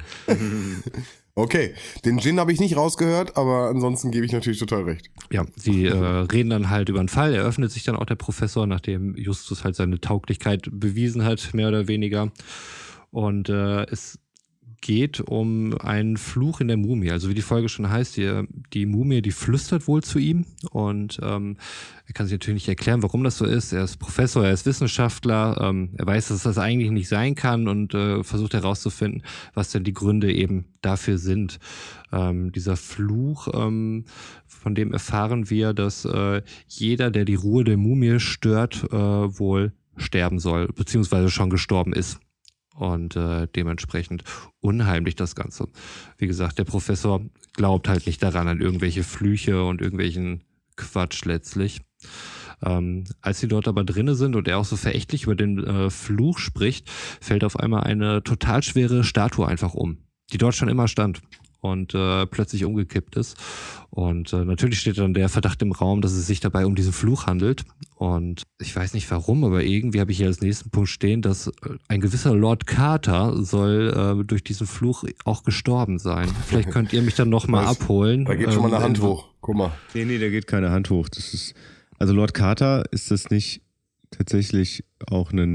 Okay, den Gin habe ich nicht rausgehört, aber ansonsten gebe ich natürlich total recht. Ja, sie äh, reden dann halt über den Fall. Er öffnet sich dann auch der Professor, nachdem Justus halt seine Tauglichkeit bewiesen hat, mehr oder weniger. Und äh, es geht um einen Fluch in der Mumie. Also wie die Folge schon heißt, die, die Mumie, die flüstert wohl zu ihm. Und ähm, er kann sich natürlich nicht erklären, warum das so ist. Er ist Professor, er ist Wissenschaftler. Ähm, er weiß, dass das eigentlich nicht sein kann und äh, versucht herauszufinden, was denn die Gründe eben dafür sind. Ähm, dieser Fluch, ähm, von dem erfahren wir, dass äh, jeder, der die Ruhe der Mumie stört, äh, wohl sterben soll, beziehungsweise schon gestorben ist. Und äh, dementsprechend unheimlich das Ganze. Wie gesagt, der Professor glaubt halt nicht daran, an irgendwelche Flüche und irgendwelchen Quatsch letztlich. Ähm, als sie dort aber drinne sind und er auch so verächtlich über den äh, Fluch spricht, fällt auf einmal eine total schwere Statue einfach um, die dort schon immer stand und äh, plötzlich umgekippt ist. Und äh, natürlich steht dann der Verdacht im Raum, dass es sich dabei um diesen Fluch handelt. Und ich weiß nicht warum, aber irgendwie habe ich hier als nächsten Punkt stehen, dass ein gewisser Lord Carter soll äh, durch diesen Fluch auch gestorben sein. Vielleicht könnt ihr mich dann nochmal abholen. Da geht schon mal eine ähm, Hand hoch. Guck mal. Nee, nee, da geht keine Hand hoch. Das ist, also Lord Carter, ist das nicht tatsächlich auch ein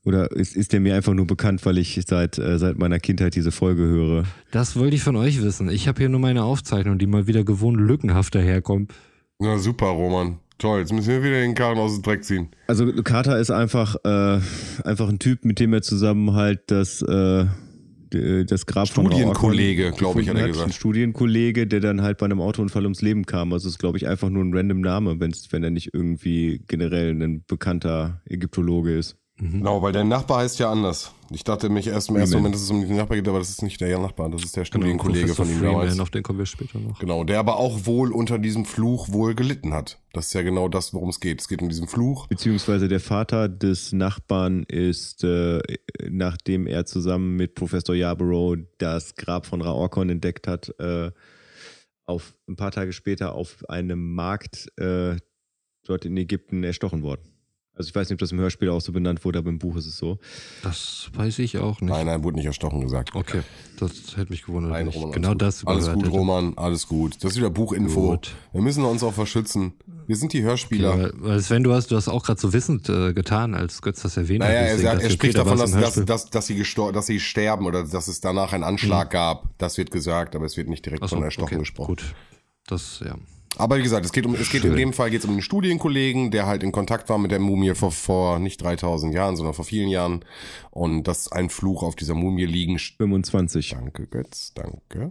Oder ist, ist der mir einfach nur bekannt, weil ich seit, äh, seit meiner Kindheit diese Folge höre? Das wollte ich von euch wissen. Ich habe hier nur meine Aufzeichnung, die mal wieder gewohnt lückenhaft daherkommt. Na super, Roman. Toll, jetzt müssen wir wieder den Karren aus dem Dreck ziehen. Also Carter ist einfach, äh, einfach ein Typ, mit dem er zusammen halt das, äh, das Grab von Studienkollege, glaube ich, hat er gesagt. Ein Studienkollege, der dann halt bei einem Autounfall ums Leben kam. Also ist, glaube ich, einfach nur ein random Name, wenn's, wenn er nicht irgendwie generell ein bekannter Ägyptologe ist. Mhm. Genau, weil der Nachbar heißt ja anders. Ich dachte mich erst im ersten Moment, dass es um den Nachbar geht, aber das ist nicht der Nachbar, das ist der Studienkollege genau, von ihm Freeman, damals. Auf den kommen wir später noch. Genau, der aber auch wohl unter diesem Fluch wohl gelitten hat. Das ist ja genau das, worum es geht. Es geht um diesen Fluch. Beziehungsweise der Vater des Nachbarn ist, äh, nachdem er zusammen mit Professor Yarborough das Grab von Raorkon entdeckt hat, äh, auf ein paar Tage später auf einem Markt äh, dort in Ägypten erstochen worden. Also ich weiß nicht, ob das im Hörspiel auch so benannt wurde, aber im Buch ist es so. Das weiß ich auch nicht. Nein, nein, wurde nicht erstochen gesagt. Okay, das hätte mich gewundert. Nein, ich Roman, genau alles das gut. Alles gut, hätte. Roman, alles gut. Das ist wieder Buchinfo. Gut. Wir müssen uns auch verschützen. Wir sind die Hörspieler. Okay, weil Sven, du hast, du hast auch gerade so wissend äh, getan, als Götz das erwähnt naja, hat. er, sagt, er spricht okay, davon, da dass, dass, dass, dass, sie gestor- dass sie sterben oder dass es danach einen Anschlag mhm. gab. Das wird gesagt, aber es wird nicht direkt so, von Erstochen okay, gesprochen. Gut, das, ja. Aber wie gesagt, es geht um, es geht in dem Fall geht's um einen Studienkollegen, der halt in Kontakt war mit der Mumie vor, vor nicht dreitausend Jahren, sondern vor vielen Jahren. Und dass ein Fluch auf dieser Mumie liegen. fünfundzwanzig. Danke, Götz, danke.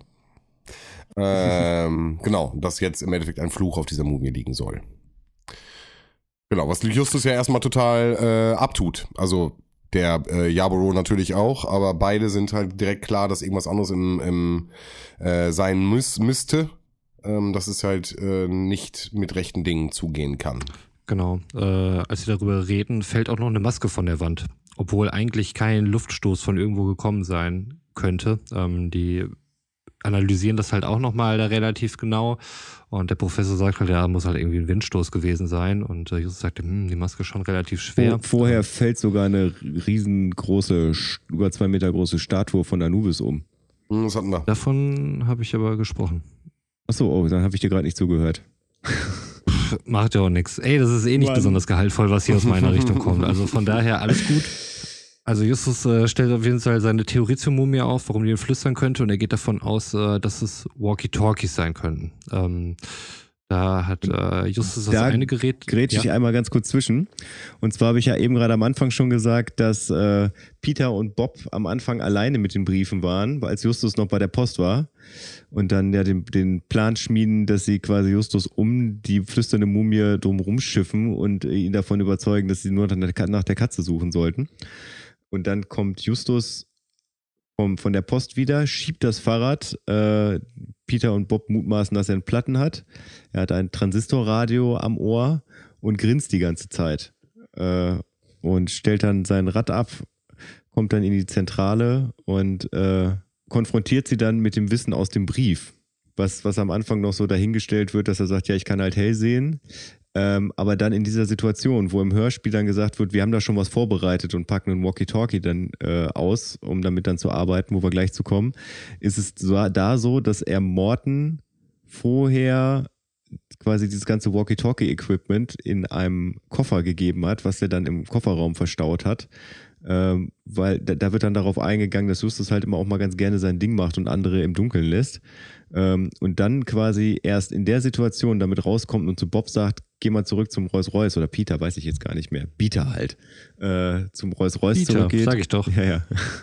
ähm, genau, dass jetzt im Endeffekt ein Fluch auf dieser Mumie liegen soll. Genau, was Justus ja erstmal total äh, abtut. Also der äh, Yarborough natürlich auch, aber beide sind halt direkt klar, dass irgendwas anderes im, im äh, sein müß, müsste. Dass es halt äh, nicht mit rechten Dingen zugehen kann. Genau. Äh, als sie darüber reden, fällt auch noch eine Maske von der Wand. Obwohl eigentlich kein Luftstoß von irgendwo gekommen sein könnte. Ähm, die analysieren das halt auch nochmal da relativ genau. Und der Professor sagt halt, ja, muss halt irgendwie ein Windstoß gewesen sein. Und äh, Justus sagt, hm, die Maske ist schon relativ schwer. Vorher fällt sogar eine riesengroße, über zwei Meter große Statue von Anubis um. Das hatten wir. Davon habe ich aber gesprochen. Achso, oh, dann habe ich dir gerade nicht zugehört. Pff, macht ja auch nichts. Ey, das ist eh nicht Mann. besonders gehaltvoll, was hier aus meiner Richtung kommt. Also von daher alles gut. Also Justus äh, stellt auf jeden Fall seine Theorie zur Mumie auf, warum die ihn flüstern könnte. Und er geht davon aus, äh, dass es Walkie-Talkies sein könnten. Ähm, da hat äh, Justus das da eine Gerät... grätsche ich ja? einmal ganz kurz zwischen. Und zwar habe ich ja eben gerade am Anfang schon gesagt, dass äh, Peter und Bob am Anfang alleine mit den Briefen waren, als Justus noch bei der Post war. Und dann ja den, den Plan schmieden, dass sie quasi Justus um die flüsternde Mumie drumherum schiffen und ihn davon überzeugen, dass sie nur nach der Katze suchen sollten. Und dann kommt Justus vom, von der Post wieder, schiebt das Fahrrad. Äh, Peter und Bob mutmaßen, dass er einen Platten hat. Er hat ein Transistorradio am Ohr und grinst die ganze Zeit. Äh, und stellt dann sein Rad ab, kommt dann in die Zentrale und äh, konfrontiert sie dann mit dem Wissen aus dem Brief. Was, was am Anfang noch so dahingestellt wird, dass er sagt, ja, ich kann halt hell sehen. Ähm, aber dann in dieser Situation, wo im Hörspiel dann gesagt wird, wir haben da schon was vorbereitet und packen einen Walkie-Talkie dann äh, aus, um damit dann zu arbeiten, wo wir gleich zu kommen, ist es so, da so, dass er Morten vorher quasi dieses ganze Walkie-Talkie-Equipment in einem Koffer gegeben hat, was er dann im Kofferraum verstaut hat. Ähm, weil da, da wird dann darauf eingegangen, dass Justus halt immer auch mal ganz gerne sein Ding macht und andere im Dunkeln lässt. Ähm, und dann quasi erst in der Situation damit rauskommt und zu Bob sagt, geh mal zurück zum Rolls-Royce oder Peter, weiß ich jetzt gar nicht mehr. Peter halt. Äh, zum Rolls-Royce Peter, zurückgeht. sag ich doch. Ja, ja.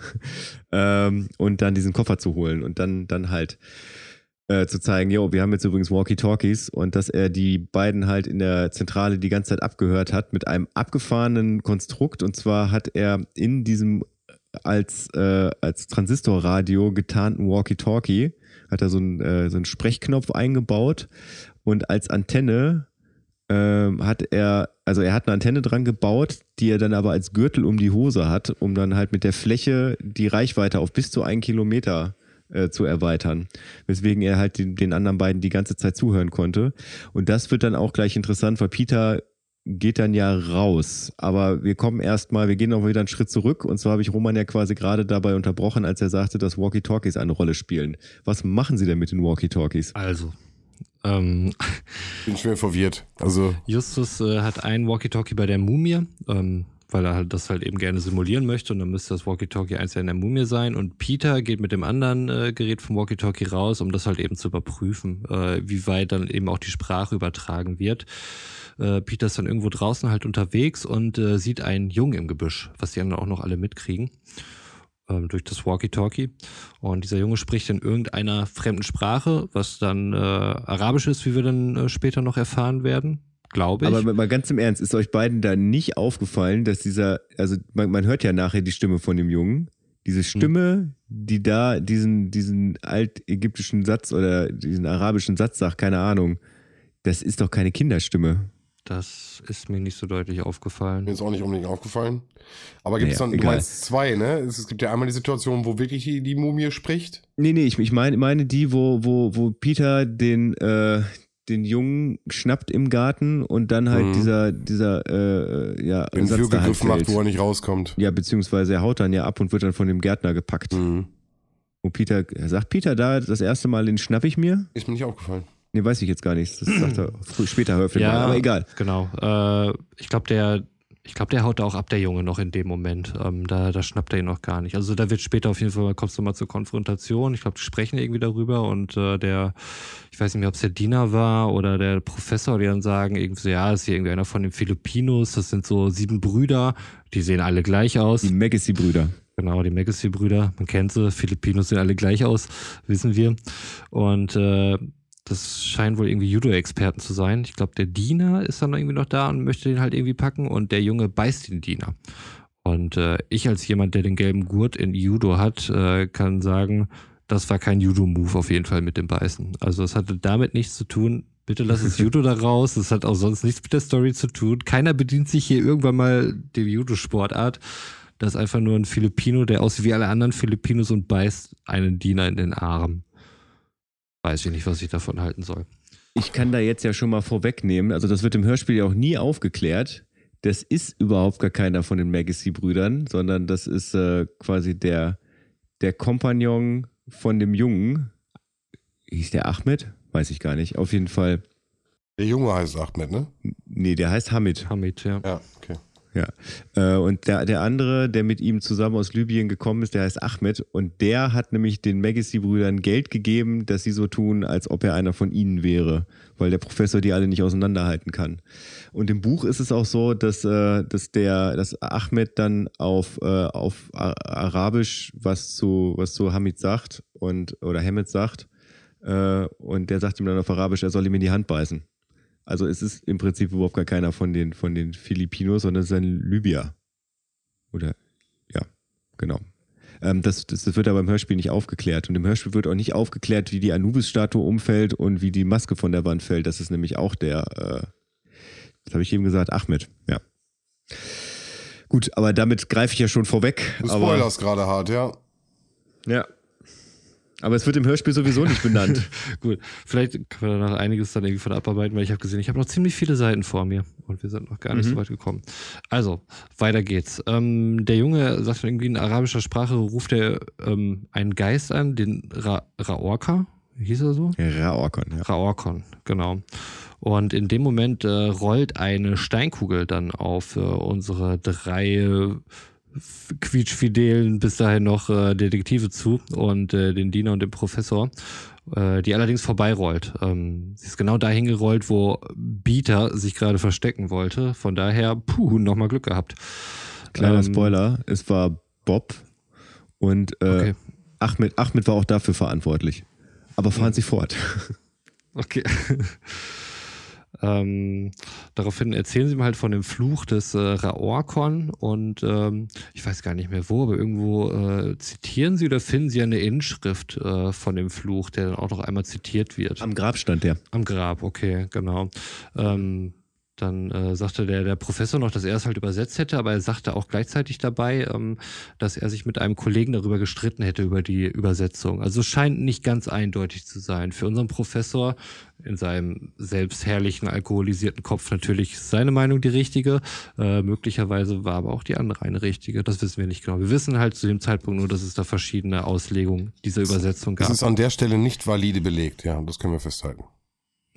ähm, und dann diesen Koffer zu holen und dann, dann halt äh, zu zeigen, jo, wir haben jetzt übrigens Walkie-Talkies und dass er die beiden halt in der Zentrale die ganze Zeit abgehört hat mit einem abgefahrenen Konstrukt. Und zwar hat er in diesem als, äh, als Transistorradio getarnten Walkie-Talkie hat er so einen, äh, so einen Sprechknopf eingebaut und als Antenne ähm, hat er, also er hat eine Antenne dran gebaut, die er dann aber als Gürtel um die Hose hat, um dann halt mit der Fläche die Reichweite auf bis zu einen Kilometer äh, zu erweitern, weswegen er halt den, den anderen beiden die ganze Zeit zuhören konnte. Und das wird dann auch gleich interessant, weil Peter geht dann ja raus. Aber wir kommen erstmal, wir gehen noch wieder einen Schritt zurück. Und zwar habe ich Roman ja quasi gerade dabei unterbrochen, als er sagte, dass Walkie-Talkies eine Rolle spielen. Was machen sie denn mit den Walkie-Talkies? Also, ähm, bin schwer verwirrt. Also Justus äh, hat einen Walkie-Talkie bei der Mumie, ähm, weil er halt das halt eben gerne simulieren möchte und dann müsste das Walkie-Talkie eins ja in der Mumie sein und Peter geht mit dem anderen äh, Gerät vom Walkie-Talkie raus, um das halt eben zu überprüfen, äh, wie weit dann eben auch die Sprache übertragen wird. Äh, Peter ist dann irgendwo draußen halt unterwegs und äh, sieht einen Jungen im Gebüsch, was die anderen auch noch alle mitkriegen, äh, durch das Walkie-Talkie. Und dieser Junge spricht in irgendeiner fremden Sprache, was dann äh, Arabisch ist, wie wir dann äh, später noch erfahren werden. Glaube ich. Aber mal ganz im Ernst, ist euch beiden da nicht aufgefallen, dass dieser, also man, man hört ja nachher die Stimme von dem Jungen, diese Stimme, hm. die da diesen, diesen altägyptischen Satz oder diesen arabischen Satz sagt, keine Ahnung, das ist doch keine Kinderstimme. Das ist mir nicht so deutlich aufgefallen. Mir ist auch nicht unbedingt aufgefallen. Aber gibt es naja, dann, egal. du meinst zwei, ne? Es, es gibt ja einmal die Situation, wo wirklich die, die Mumie spricht. Nee, nee, ich, ich meine, meine die, wo, wo, wo Peter den, äh, den Jungen schnappt im Garten und dann halt mhm. dieser, dieser, äh, ja, den Satz da halt Würgegriff macht, fällt. wo er nicht rauskommt. Ja, beziehungsweise er haut dann ja ab und wird dann von dem Gärtner gepackt. Mhm. Wo Peter, sagt Peter da das erste Mal, den schnapp ich mir? Ist mir nicht aufgefallen. Nee, weiß ich jetzt gar nicht. Das sagt er früh, später häufig ja, mal, aber egal. Genau. Äh, ich glaube, der, ich glaube, der haut da auch ab, der Junge, noch in dem Moment. Ähm, da, da schnappt er ihn noch gar nicht. Also da wird später auf jeden Fall, kommst du mal zur Konfrontation. Ich glaube, die sprechen irgendwie darüber und äh, der, ich weiß nicht mehr, ob es der Diener war oder der Professor, die dann sagen, irgendwie so, ja, das ist hier irgendwie einer von den Filipinos, das sind so sieben Brüder, die sehen alle gleich aus. Die Magacy-Brüder. Genau, die Magacy-Brüder, man kennt sie, Filipinos sehen alle gleich aus, wissen wir. Und äh, das scheinen wohl irgendwie Judo-Experten zu sein. Ich glaube, der Diener ist dann irgendwie noch da und möchte den halt irgendwie packen und der Junge beißt den Diener. Und äh, ich als jemand, der den gelben Gurt in Judo hat, äh, kann sagen, das war kein Judo-Move auf jeden Fall mit dem Beißen. Also es hatte damit nichts zu tun. Bitte lass das Judo da raus. Das hat auch sonst nichts mit der Story zu tun. Keiner bedient sich hier irgendwann mal der Judo-Sportart. Das ist einfach nur ein Filipino, der aussieht wie alle anderen Filipinos und beißt einen Diener in den Arm. Weiß ich nicht, was ich davon halten soll. Ich kann da jetzt ja schon mal vorwegnehmen, also das wird im Hörspiel ja auch nie aufgeklärt. Das ist überhaupt gar keiner von den Magacy-Brüdern, sondern das ist äh, quasi der, der Kompagnon von dem Jungen. Hieß der Ahmed? Weiß ich gar nicht. Auf jeden Fall. Der Junge heißt Ahmed, ne? Nee, der heißt Hamid. Hamid, ja. Ja, okay. Ja, äh, und der, der andere, der mit ihm zusammen aus Libyen gekommen ist, der heißt Ahmed und der hat nämlich den Magacy-Brüdern Geld gegeben, dass sie so tun, als ob er einer von ihnen wäre, weil der Professor die alle nicht auseinanderhalten kann. Und im Buch ist es auch so, dass, äh, dass der, dass Ahmed dann auf, äh, auf Arabisch was zu, was zu Hamid sagt und, oder Hamid sagt, äh, und der sagt ihm dann auf Arabisch, er soll ihm in die Hand beißen. Also es ist im Prinzip überhaupt gar keiner von den, von den Filipinos, sondern es ist ein Libyer. Oder, ja, genau. Ähm, das, das, das wird aber im Hörspiel nicht aufgeklärt. Und im Hörspiel wird auch nicht aufgeklärt, wie die Anubis-Statue umfällt und wie die Maske von der Wand fällt. Das ist nämlich auch der, äh, das habe ich eben gesagt, Ahmed, ja. Gut, aber damit greife ich ja schon vorweg. Du spoilerst gerade hart, ja. Ja. Aber es wird im Hörspiel sowieso nicht benannt. Gut, vielleicht können wir da noch einiges dann irgendwie von abarbeiten, weil ich habe gesehen, ich habe noch ziemlich viele Seiten vor mir und wir sind noch gar nicht Mhm. so weit gekommen. Also, weiter geht's. Ähm, der Junge sagt irgendwie in arabischer Sprache, ruft er ähm, einen Geist an, den Ra Raorka, hieß er so? Raorkon, ja. Raorkon, genau. Und in dem Moment äh, rollt eine Steinkugel dann auf äh, unsere drei äh, quietschfidelen bis dahin noch äh, Detektive zu und äh, den Diener und den Professor, äh, die allerdings vorbeirollt. Ähm, sie ist genau dahin gerollt, wo Peter sich gerade verstecken wollte. Von daher, puh, nochmal Glück gehabt. Kleiner Ähm, Spoiler, es war Bob und äh, Okay. Ahmed, Ahmed war auch dafür verantwortlich. Aber fahren Sie fort. Okay. Ähm, daraufhin erzählen sie mir halt von dem Fluch des äh, Raorkon und ähm, ich weiß gar nicht mehr wo, aber irgendwo äh, zitieren sie oder finden sie eine Inschrift äh, von dem Fluch, der dann auch noch einmal zitiert wird. Am Grab stand der. Am Grab, okay, genau. Ähm, dann äh, sagte der, der Professor noch, dass er es halt übersetzt hätte, aber er sagte auch gleichzeitig dabei, ähm, dass er sich mit einem Kollegen darüber gestritten hätte, über die Übersetzung. Also es scheint nicht ganz eindeutig zu sein. Für unseren Professor in seinem selbstherrlichen, alkoholisierten Kopf natürlich seine Meinung die richtige. Äh, möglicherweise war aber auch die andere eine richtige. Das wissen wir nicht genau. Wir wissen halt zu dem Zeitpunkt nur, dass es da verschiedene Auslegungen dieser Übersetzung gab. Es ist an der Stelle nicht valide belegt, ja, das können wir festhalten. Ja,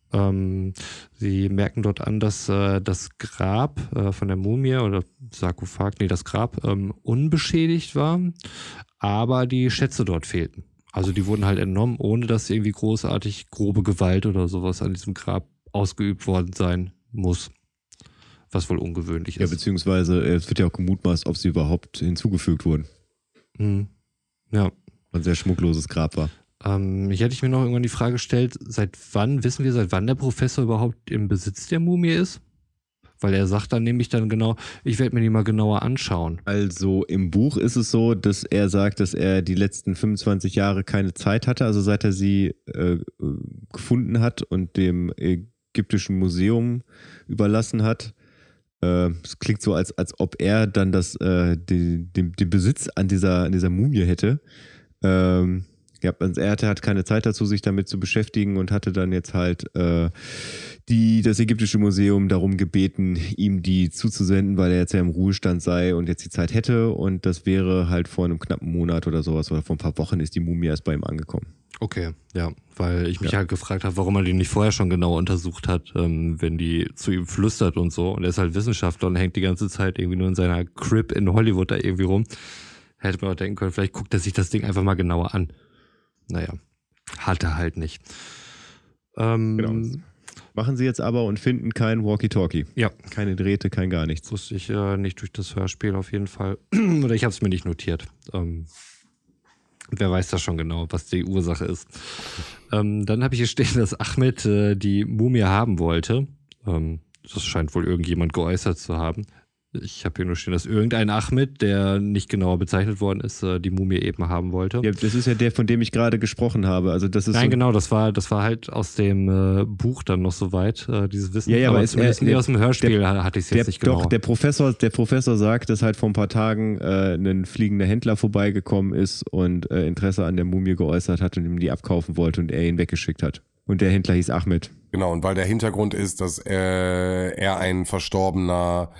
Ähm, sie merken dort an, dass äh, das Grab äh, von der Mumie oder Sarkophag, nee, das Grab ähm, unbeschädigt war, aber die Schätze dort fehlten. Also die wurden halt entnommen, ohne dass irgendwie großartig grobe Gewalt oder sowas an diesem Grab ausgeübt worden sein muss. Was wohl ungewöhnlich Ja, ist. beziehungsweise es wird ja auch gemutmaßt, ob sie überhaupt hinzugefügt wurden. Hm. Ja. Ein sehr schmuckloses Grab war. Ähm, hier hätte ich mir noch irgendwann die Frage gestellt, seit wann, wissen wir, seit wann der Professor überhaupt im Besitz der Mumie ist? Weil er sagt dann nämlich dann genau, ich werde mir die mal genauer anschauen. Also im Buch ist es so, dass er sagt, dass er die letzten fünfundzwanzig Jahre keine Zeit hatte, also seit er sie äh, gefunden hat und dem Ägyptischen Museum überlassen hat. Äh, es klingt so, als, als ob er dann das, äh, den, den, den Besitz an dieser, an dieser Mumie hätte. Ähm, ja, also er hatte halt keine Zeit dazu, sich damit zu beschäftigen und hatte dann jetzt halt äh, die, das Ägyptische Museum darum gebeten, ihm die zuzusenden, weil er jetzt ja im Ruhestand sei und jetzt die Zeit hätte. Und das wäre halt vor einem knappen Monat oder sowas oder vor ein paar Wochen ist die Mumie erst bei ihm angekommen. Okay, ja, weil ich mich Ja. halt gefragt habe, warum er die nicht vorher schon genau untersucht hat, ähm, wenn die zu ihm flüstert und so. Und er ist halt Wissenschaftler und hängt die ganze Zeit irgendwie nur in seiner Crib in Hollywood da irgendwie rum. Hätte man auch denken können, vielleicht guckt er sich das Ding einfach mal genauer an. Naja, hat er halt nicht. Ähm, Genau. Machen sie jetzt aber und finden kein Walkie-Talkie. Ja. Keine Drähte, kein gar nichts. Wusste ich äh, nicht durch das Hörspiel auf jeden Fall. Oder ich habe es mir nicht notiert. Ähm, wer weiß das schon genau, was die Ursache ist. Ähm, dann habe ich hier stehen, dass Ahmed äh, die Mumie haben wollte. Ähm, das scheint wohl irgendjemand geäußert zu haben. Ich habe hier nur stehen, dass irgendein Ahmed, der nicht genauer bezeichnet worden ist, äh, die Mumie eben haben wollte. Ja, das ist ja der, von dem ich gerade gesprochen habe. Also das ist Nein, so, genau, das war, das war halt aus dem äh, Buch dann noch soweit, äh, dieses Wissen. Ja, ja, aber es- zumindest äh, nie der- aus dem Hörspiel der- hatte ich es Der, jetzt nicht genau. doch, der Professor, der Professor sagt, dass halt vor ein paar Tagen äh, ein fliegender Händler vorbeigekommen ist und äh, Interesse an der Mumie geäußert hat und ihm die abkaufen wollte und er ihn weggeschickt hat. Und der Händler hieß Ahmed. Genau, und weil der Hintergrund ist, dass äh, er ein verstorbener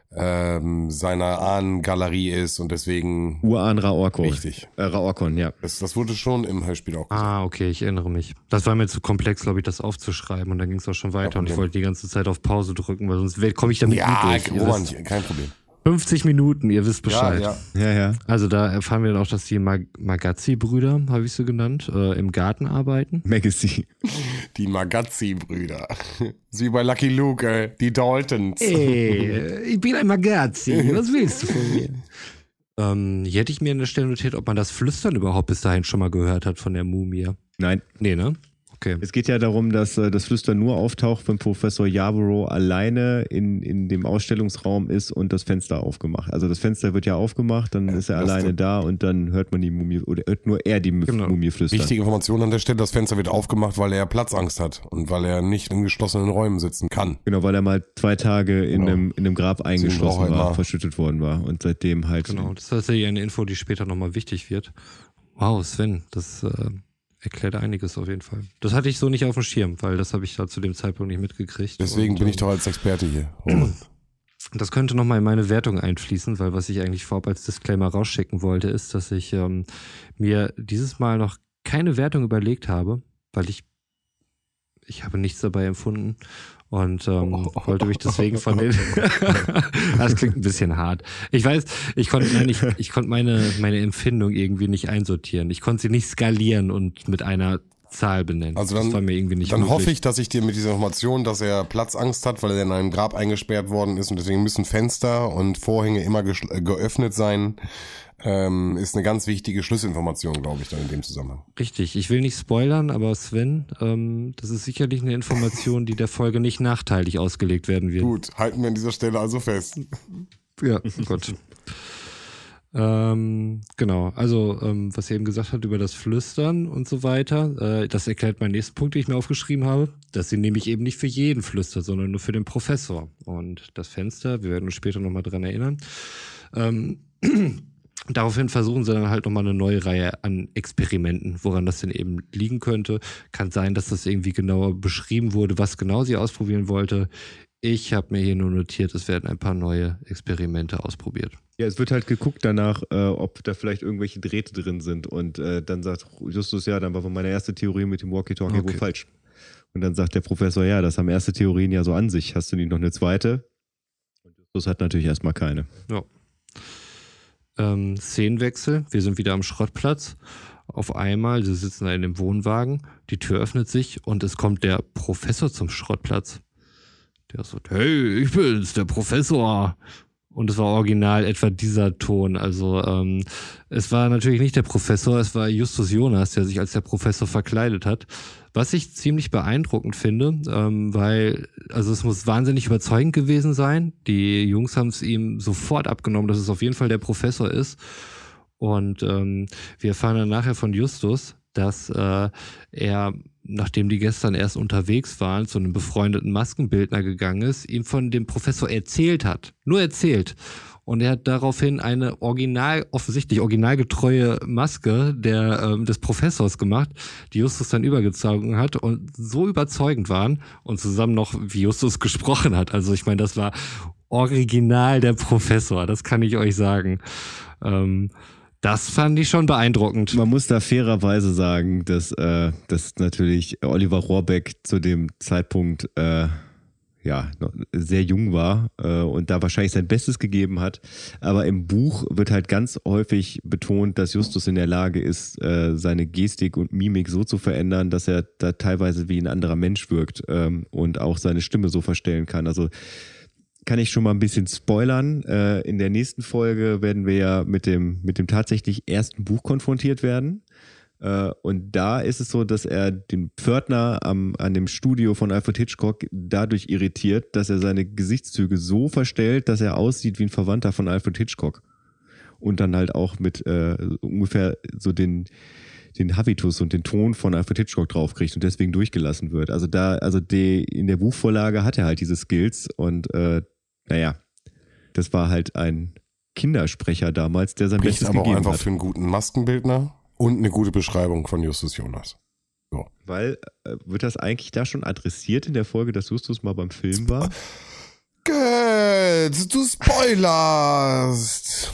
ähm, seiner Ahnengalerie ist und deswegen Urahn Raorko. richtig. Äh, Raorkon, ja. Das, das wurde schon im Hörspiel auch gesagt. Ah, okay, ich erinnere mich. Das war mir zu komplex, glaube ich, das aufzuschreiben und dann ging es auch schon weiter Kein und ich Problem. wollte die ganze Zeit auf Pause drücken, weil sonst komme ich damit Ja, nicht durch. Ihr Roman, wisst, kein Problem. fünfzig Minuten, ihr wisst Ja, Bescheid. ja. Ja, ja. Also da erfahren wir dann auch, dass die Mag- Magazzi-Brüder, habe ich sie genannt, äh, im Garten arbeiten. Magazine. Die Magazzi-Brüder. Sie bei Lucky Luke, äh, die Daltons. Ey, ich bin ein Magazzi, was willst du von mir? ähm, hier hätte ich mir an der Stelle notiert, ob man das Flüstern überhaupt bis dahin schon mal gehört hat von der Mumie. Nein. Nee, ne? Okay. Es geht ja darum, dass äh, das Flüstern nur auftaucht, wenn Professor Yarborough alleine in, in dem Ausstellungsraum ist und das Fenster aufgemacht. Also das Fenster wird ja aufgemacht, dann ist er das alleine stimmt. da und dann hört man die Mumie, oder hört nur er die Genau. Mumie flüstern. Wichtige Information an der Stelle, das Fenster wird aufgemacht, weil er Platzangst hat und weil er nicht in geschlossenen Räumen sitzen kann. Genau, weil er mal zwei Tage in, Genau. einem, in einem Grab eingeschlossen braucht er war, immer- verschüttet worden war und seitdem halt. Genau, das ist tatsächlich eine Info, die später nochmal wichtig wird. Wow, Sven, das äh, erklärt einiges auf jeden Fall. Das hatte ich so nicht auf dem Schirm, weil das habe ich da zu dem Zeitpunkt nicht mitgekriegt. Deswegen Und, bin ich ähm, doch als Experte hier. Roman. Das könnte nochmal in meine Wertung einfließen, weil was ich eigentlich vorab als Disclaimer rausschicken wollte, ist, dass ich ähm, mir dieses Mal noch keine Wertung überlegt habe, weil ich ich habe nichts dabei empfunden und ähm, wollte mich deswegen von den das klingt ein bisschen hart. Ich weiß, ich konnte nein, ich, ich konnte meine meine Empfindung irgendwie nicht einsortieren. Ich konnte sie nicht skalieren und mit einer Zahl benennen. Also dann, das war mir irgendwie nicht dann möglich. hoffe ich, dass ich dir mit dieser Information, dass er Platzangst hat, weil er in einem Grab eingesperrt worden ist und deswegen müssen Fenster und Vorhänge immer geschl- äh, geöffnet sein, ähm, ist eine ganz wichtige Schlüsselinformation, glaube ich, dann in dem Zusammenhang. Richtig, ich will nicht spoilern, aber Sven, ähm, das ist sicherlich eine Information, die der Folge nicht nachteilig ausgelegt werden wird. Gut, halten wir an dieser Stelle also fest. Ja, gut. ähm, genau, also ähm, was er eben gesagt hat über das Flüstern und so weiter, äh, das erklärt meinen nächsten Punkt, den ich mir aufgeschrieben habe, dass sie nämlich eben nicht für jeden flüstert, sondern nur für den Professor. Und das Fenster, wir werden uns später nochmal dran erinnern, ähm, daraufhin versuchen sie dann halt nochmal eine neue Reihe an Experimenten, woran das denn eben liegen könnte. Kann sein, dass das irgendwie genauer beschrieben wurde, was genau sie ausprobieren wollte. Ich habe mir hier nur notiert, es werden ein paar neue Experimente ausprobiert. Ja, es wird halt geguckt danach, äh, ob da vielleicht irgendwelche Drähte drin sind und äh, dann sagt Justus, ja, dann war meine erste Theorie mit dem Walkie-Talkie Okay. wohl falsch. Und dann sagt der Professor, ja, das haben erste Theorien ja so an sich. Hast du nicht noch eine zweite? Und Justus hat natürlich erstmal keine. Ja. Ähm, Szenenwechsel, wir sind wieder am Schrottplatz. Auf einmal, sie sitzen da in dem Wohnwagen, die Tür öffnet sich und es kommt der Professor zum Schrottplatz. Der sagt, hey, ich bin's, der Professor. Und es war original etwa dieser Ton. Also ähm, es war natürlich nicht der Professor, es war Justus Jonas, der sich als der Professor verkleidet hat. Was ich ziemlich beeindruckend finde, ähm, weil, also es muss wahnsinnig überzeugend gewesen sein. Die Jungs haben es ihm sofort abgenommen, dass es auf jeden Fall der Professor ist. Und ähm, wir erfahren dann nachher von Justus, dass äh, er, nachdem die gestern erst unterwegs waren, zu einem befreundeten Maskenbildner gegangen ist, ihm von dem Professor erzählt hat. Nur erzählt. Und er hat daraufhin eine original, offensichtlich originalgetreue Maske der, ähm, des Professors gemacht, die Justus dann übergezogen hat und so überzeugend waren und zusammen noch, wie Justus gesprochen hat. Also ich meine, das war original der Professor, das kann ich euch sagen. Ähm, Das fand ich schon beeindruckend. Man muss da fairerweise sagen, dass, äh, dass natürlich Oliver Rohrbeck zu dem Zeitpunkt äh, ja noch sehr jung war äh, und da wahrscheinlich sein Bestes gegeben hat. Aber im Buch wird halt ganz häufig betont, dass Justus in der Lage ist, äh, seine Gestik und Mimik so zu verändern, dass er da teilweise wie ein anderer Mensch wirkt ähm, und auch seine Stimme so verstellen kann. Also kann ich schon mal ein bisschen spoilern. Äh, in der nächsten Folge werden wir ja mit dem, mit dem tatsächlich ersten Buch konfrontiert werden. Äh, und da ist es so, dass er den Pförtner am, an dem Studio von Alfred Hitchcock dadurch irritiert, dass er seine Gesichtszüge so verstellt, dass er aussieht wie ein Verwandter von Alfred Hitchcock. Und dann halt auch mit äh, ungefähr so den, den Habitus und den Ton von Alfred Hitchcock draufkriegt und deswegen durchgelassen wird. Also da, also die, in der Buchvorlage hat er halt diese Skills und äh, naja, das war halt ein Kindersprecher damals, der sein Spricht Bestes aber auch gegeben einfach hat. für einen guten Maskenbildner und eine gute Beschreibung von Justus Jonas. So. Weil, äh, wird das eigentlich da schon adressiert in der Folge, dass Justus mal beim Film war? Gut, du spoilerst.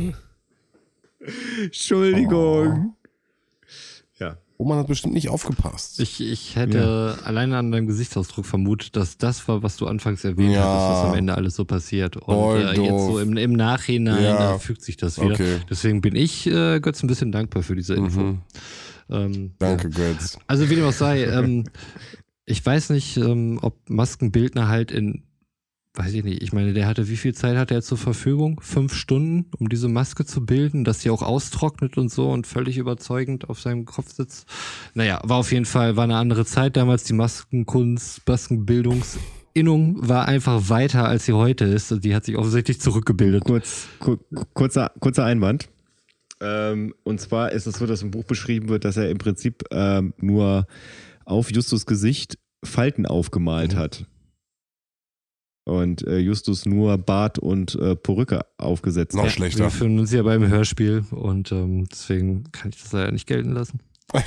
Entschuldigung. Ja. Roman hat bestimmt nicht aufgepasst. Ich, ich hätte ja. alleine an deinem Gesichtsausdruck vermutet, dass das war, was du anfangs erwähnt Ja. hattest, was am Ende alles so passiert. Und Voll äh, jetzt doof. so im, im Nachhinein Ja. äh, fügt sich das wieder. Okay. Deswegen bin ich, äh, Götz, ein bisschen dankbar für diese Info. Mhm. Ähm, Danke, Götz. Also wie dem auch sei, ähm, ich weiß nicht, ähm, ob Maskenbildner halt in, weiß ich nicht, ich meine, der hatte, wie viel Zeit hatte er zur Verfügung? Fünf Stunden, um diese Maske zu bilden, dass sie auch austrocknet und so und völlig überzeugend auf seinem Kopf sitzt. Naja, war auf jeden Fall, war eine andere Zeit damals, die Maskenkunst, Maskenbildungsinnung war einfach weiter, als sie heute ist. Die hat sich offensichtlich zurückgebildet. Kurz, kur, kurzer, kurzer Einwand. Ähm, und zwar ist es so, dass im Buch beschrieben wird, dass er im Prinzip ähm, nur auf Justus Gesicht Falten aufgemalt Mhm. hat. Und äh, Justus nur Bart und äh, Perücke aufgesetzt Noch hat. Wir schlechter. fühlen uns ja beim Hörspiel und ähm, deswegen kann ich das leider nicht gelten lassen.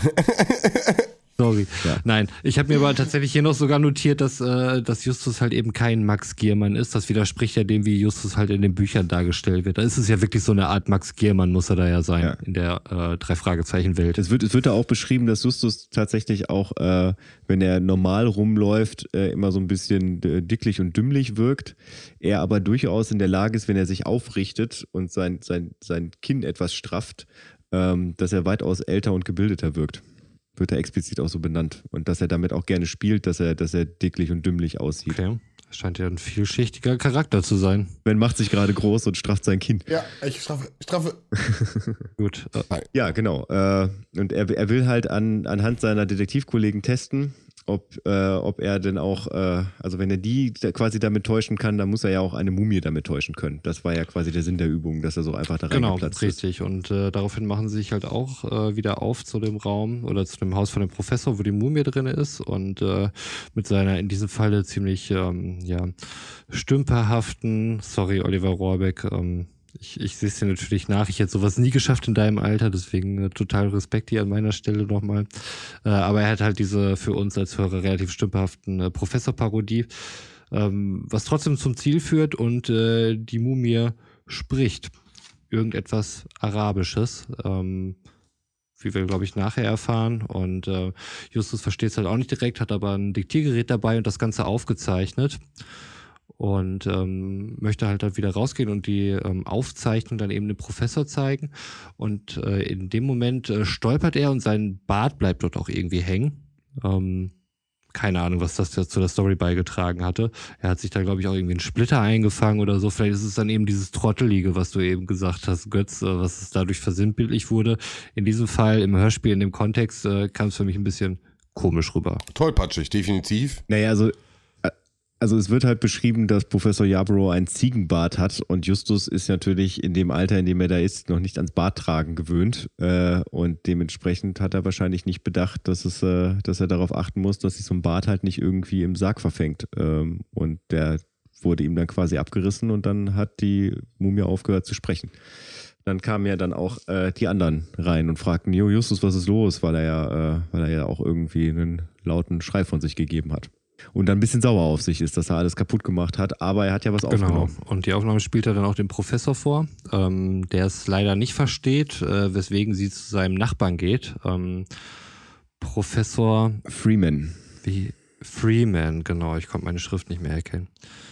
Sorry. Ja. Nein, ich habe mir aber tatsächlich hier noch sogar notiert, dass, äh, dass Justus halt eben kein Max Giermann ist. Das widerspricht ja dem, wie Justus halt in den Büchern dargestellt wird. Da ist es ja wirklich so eine Art Max Giermann, muss er da ja sein, Ja. in der äh, Drei-Fragezeichen-Welt. Es wird, es wird da auch beschrieben, dass Justus tatsächlich auch, äh, wenn er normal rumläuft, äh, immer so ein bisschen äh, dicklich und dümmlich wirkt. Er aber durchaus in der Lage ist, wenn er sich aufrichtet und sein, sein, sein Kinn etwas strafft, ähm, dass er weitaus älter und gebildeter wirkt. Wird er explizit auch so benannt. Und dass er damit auch gerne spielt, dass er, dass er dicklich und dümmlich aussieht. Okay. Das scheint ja ein vielschichtiger Charakter zu sein. Ben macht sich gerade groß und strafft sein Kinn. Ja, ich straffe. Ich straffe. Gut. Äh, Ja, genau. Äh, und er, er will halt an, anhand seiner Detektivkollegen testen, ob, äh, ob er denn auch, äh, also wenn er die da quasi damit täuschen kann, dann muss er ja auch eine Mumie damit täuschen können. Das war ja quasi der Sinn der Übung, dass er so einfach da Genau, reingeplatzt ist. richtig. Und äh, daraufhin machen sie sich halt auch äh, wieder auf zu dem Raum oder zu dem Haus von dem Professor, wo die Mumie drin ist und äh, mit seiner in diesem Falle ziemlich ähm, ja stümperhaften, sorry Oliver Rohrbeck, ähm, ich, ich sehe es dir natürlich nach, ich hätte sowas nie geschafft in deinem Alter, deswegen äh, total Respekt hier an meiner Stelle nochmal. Äh, aber er hat halt diese für uns als Hörer relativ stümperhaften äh, Professor-Parodie, ähm, was trotzdem zum Ziel führt und äh, die Mumie spricht irgendetwas Arabisches, ähm, wie wir, glaube ich, nachher erfahren. Und äh, Justus versteht es halt auch nicht direkt, hat aber ein Diktiergerät dabei und das Ganze aufgezeichnet. Und ähm, möchte halt dann wieder rausgehen und die ähm, Aufzeichnung dann eben dem Professor zeigen. Und äh, in dem Moment äh, stolpert er und sein Bart bleibt dort auch irgendwie hängen. Ähm, keine Ahnung, was das zu der Story beigetragen hatte. Er hat sich da, glaube ich, auch irgendwie einen Splitter eingefangen oder so. Vielleicht ist es dann eben dieses Trottelige, was du eben gesagt hast, Götz, äh, was es dadurch versinnbildlich wurde. In diesem Fall, im Hörspiel, in dem Kontext, äh, kam es für mich ein bisschen komisch rüber. Tollpatschig, definitiv. Naja, also Also es wird halt beschrieben, dass Professor Yarborough einen Ziegenbart hat und Justus ist natürlich in dem Alter, in dem er da ist, noch nicht ans Barttragen gewöhnt äh, und dementsprechend hat er wahrscheinlich nicht bedacht, dass es, äh, dass er darauf achten muss, dass sich so ein Bart halt nicht irgendwie im Sarg verfängt ähm, und der wurde ihm dann quasi abgerissen und dann hat die Mumie aufgehört zu sprechen. Dann kamen ja dann auch äh, die anderen rein und fragten, Jo Justus, was ist los, weil er ja, äh, weil er ja auch irgendwie einen lauten Schrei von sich gegeben hat. Und dann ein bisschen sauer auf sich ist, dass er alles kaputt gemacht hat, aber er hat ja was genau. aufgenommen. Und die Aufnahme spielt er dann auch dem Professor vor, ähm, der es leider nicht versteht, äh, weswegen sie zu seinem Nachbarn geht. Ähm, Professor Freeman. Wie Freeman, genau, ich konnte meine Schrift nicht mehr erkennen.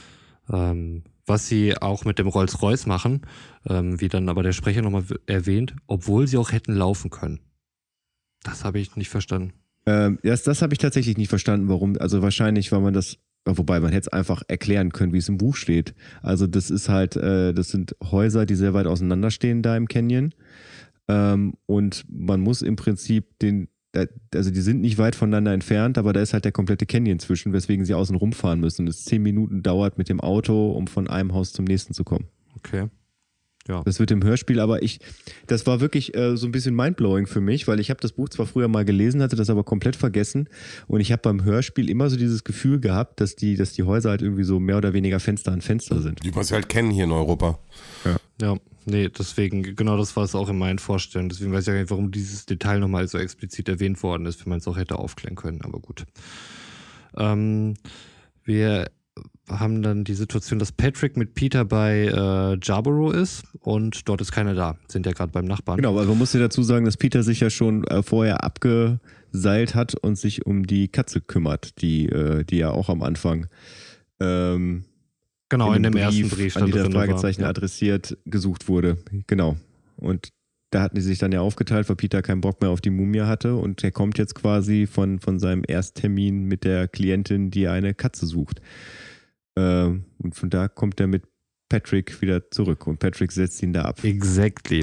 Ähm, was sie auch mit dem Rolls-Royce machen, ähm, wie dann aber der Sprecher nochmal erwähnt, obwohl sie auch hätten laufen können. Das habe ich nicht verstanden. Ähm, das das habe ich tatsächlich nicht verstanden, warum. Also wahrscheinlich, weil man das, wobei man hätte es einfach erklären können, wie es im Buch steht. Also das ist halt, äh, das sind Häuser, die sehr weit auseinanderstehen da im Canyon. Ähm, und man muss im Prinzip den, also die sind nicht weit voneinander entfernt, aber da ist halt der komplette Canyon zwischen, weswegen sie außen rumfahren müssen. Und es zehn Minuten dauert mit dem Auto, um von einem Haus zum nächsten zu kommen. Okay. Ja. Das wird im Hörspiel, aber ich, das war wirklich äh, so ein bisschen mindblowing für mich, weil ich habe das Buch zwar früher mal gelesen, hatte das aber komplett vergessen und ich habe beim Hörspiel immer so dieses Gefühl gehabt, dass die, dass die Häuser halt irgendwie so mehr oder weniger Fenster an Fenster sind. Die man sie halt kennen hier in Europa. Ja. Ja, nee, deswegen, genau das war es auch in meinen Vorstellungen. Deswegen weiß ich ja gar nicht, warum dieses Detail nochmal so explizit erwähnt worden ist, wenn man es auch hätte aufklären können, aber gut. Ähm, wir haben dann die Situation, dass Patrick mit Peter bei äh, Yarborough ist und dort ist keiner da. Sind ja gerade beim Nachbarn. Genau, also man muss ja dazu sagen, dass Peter sich ja schon äh, vorher abgeseilt hat und sich um die Katze kümmert, die, äh, die ja auch am Anfang ähm, genau, in, in dem Brief, ersten Brief an die der Fragezeichen war. adressiert gesucht wurde. Genau. Und da hatten die sich dann ja aufgeteilt, weil Peter keinen Bock mehr auf die Mumie hatte und er kommt jetzt quasi von, von seinem Ersttermin mit der Klientin, die eine Katze sucht. Und von da kommt er mit Patrick wieder zurück und Patrick setzt ihn da ab. Exactly.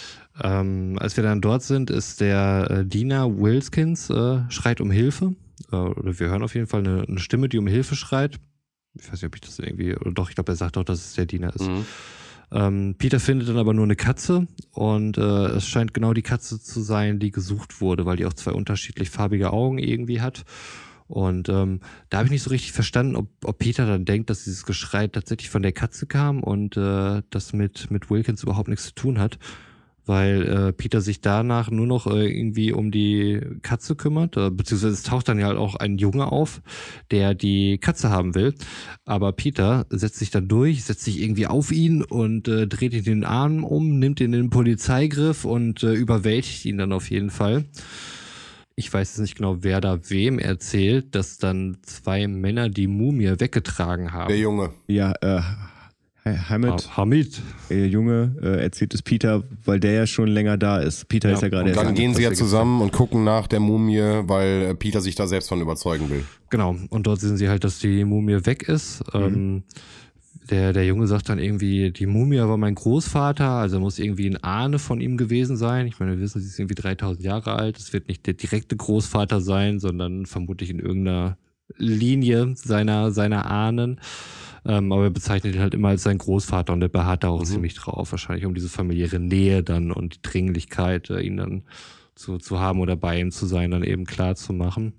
Ähm, als wir dann dort sind, ist der äh, Diener Wilkins, äh, schreit um Hilfe. Äh, oder wir hören auf jeden Fall eine, eine Stimme, die um Hilfe schreit. Ich weiß nicht, ob ich das irgendwie, oder doch, ich glaube, er sagt auch, dass es der Diener ist. Mhm. Ähm, Peter findet dann aber nur eine Katze und äh, es scheint genau die Katze zu sein, die gesucht wurde, weil die auch zwei unterschiedlich farbige Augen irgendwie hat. Und ähm, da habe ich nicht so richtig verstanden, ob, ob Peter dann denkt, dass dieses Geschrei tatsächlich von der Katze kam und äh, das mit, mit Wilkins überhaupt nichts zu tun hat, weil äh, Peter sich danach nur noch äh, irgendwie um die Katze kümmert, äh, beziehungsweise es taucht dann ja halt auch ein Junge auf, der die Katze haben will, aber Peter setzt sich dann durch, setzt sich irgendwie auf ihn und äh, dreht ihn den Arm um, nimmt ihn in den Polizeigriff und äh, überwältigt ihn dann auf jeden Fall. Ich weiß jetzt nicht genau, wer da wem erzählt, dass dann zwei Männer die Mumie weggetragen haben. Der Junge. Ja, äh, Hamid, ha- Hamid. Der Junge äh, erzählt es Peter, weil der ja schon länger da ist. Peter Ja, ist ja gerade Und erst dann gehen sie ja angekommen. zusammen und gucken nach der Mumie, weil Peter sich da selbst von überzeugen will. Genau, und dort sehen sie halt, dass die Mumie weg ist. Mhm. Ähm, der, der Junge sagt dann irgendwie, die Mumie war mein Großvater, also muss irgendwie ein Ahne von ihm gewesen sein. Ich meine, wir wissen, sie ist irgendwie dreitausend Jahre alt. Es wird nicht der direkte Großvater sein, sondern vermutlich in irgendeiner Linie seiner, seiner Ahnen. Ähm, aber er bezeichnet ihn halt immer als seinen Großvater und er beharrt da auch mhm. ziemlich drauf, wahrscheinlich um diese familiäre Nähe dann und die Dringlichkeit, äh, ihn dann zu, zu haben oder bei ihm zu sein, dann eben klar zu machen.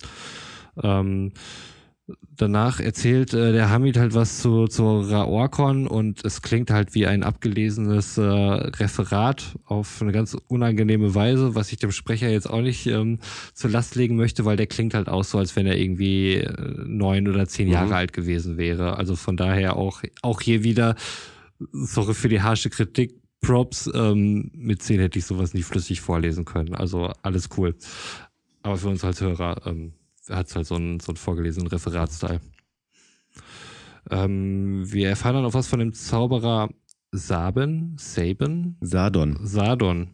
Ähm, Danach erzählt äh, der Hamid halt was zu, zu Raorkon und es klingt halt wie ein abgelesenes äh, Referat auf eine ganz unangenehme Weise, was ich dem Sprecher jetzt auch nicht ähm, zur Last legen möchte, weil der klingt halt auch so, als wenn er irgendwie äh, neun oder zehn Jahre mhm. alt gewesen wäre. Also von daher auch, auch hier wieder, sorry für die harsche Kritik, Props, ähm, mit zehn hätte ich sowas nicht flüssig vorlesen können. Also alles cool. Aber für uns als Hörer ähm, hat es halt so einen, so einen vorgelesenen Referatstyle. Ähm, wir erfahren dann auch was von dem Zauberer Saben, Saben? Sardon. Sardon.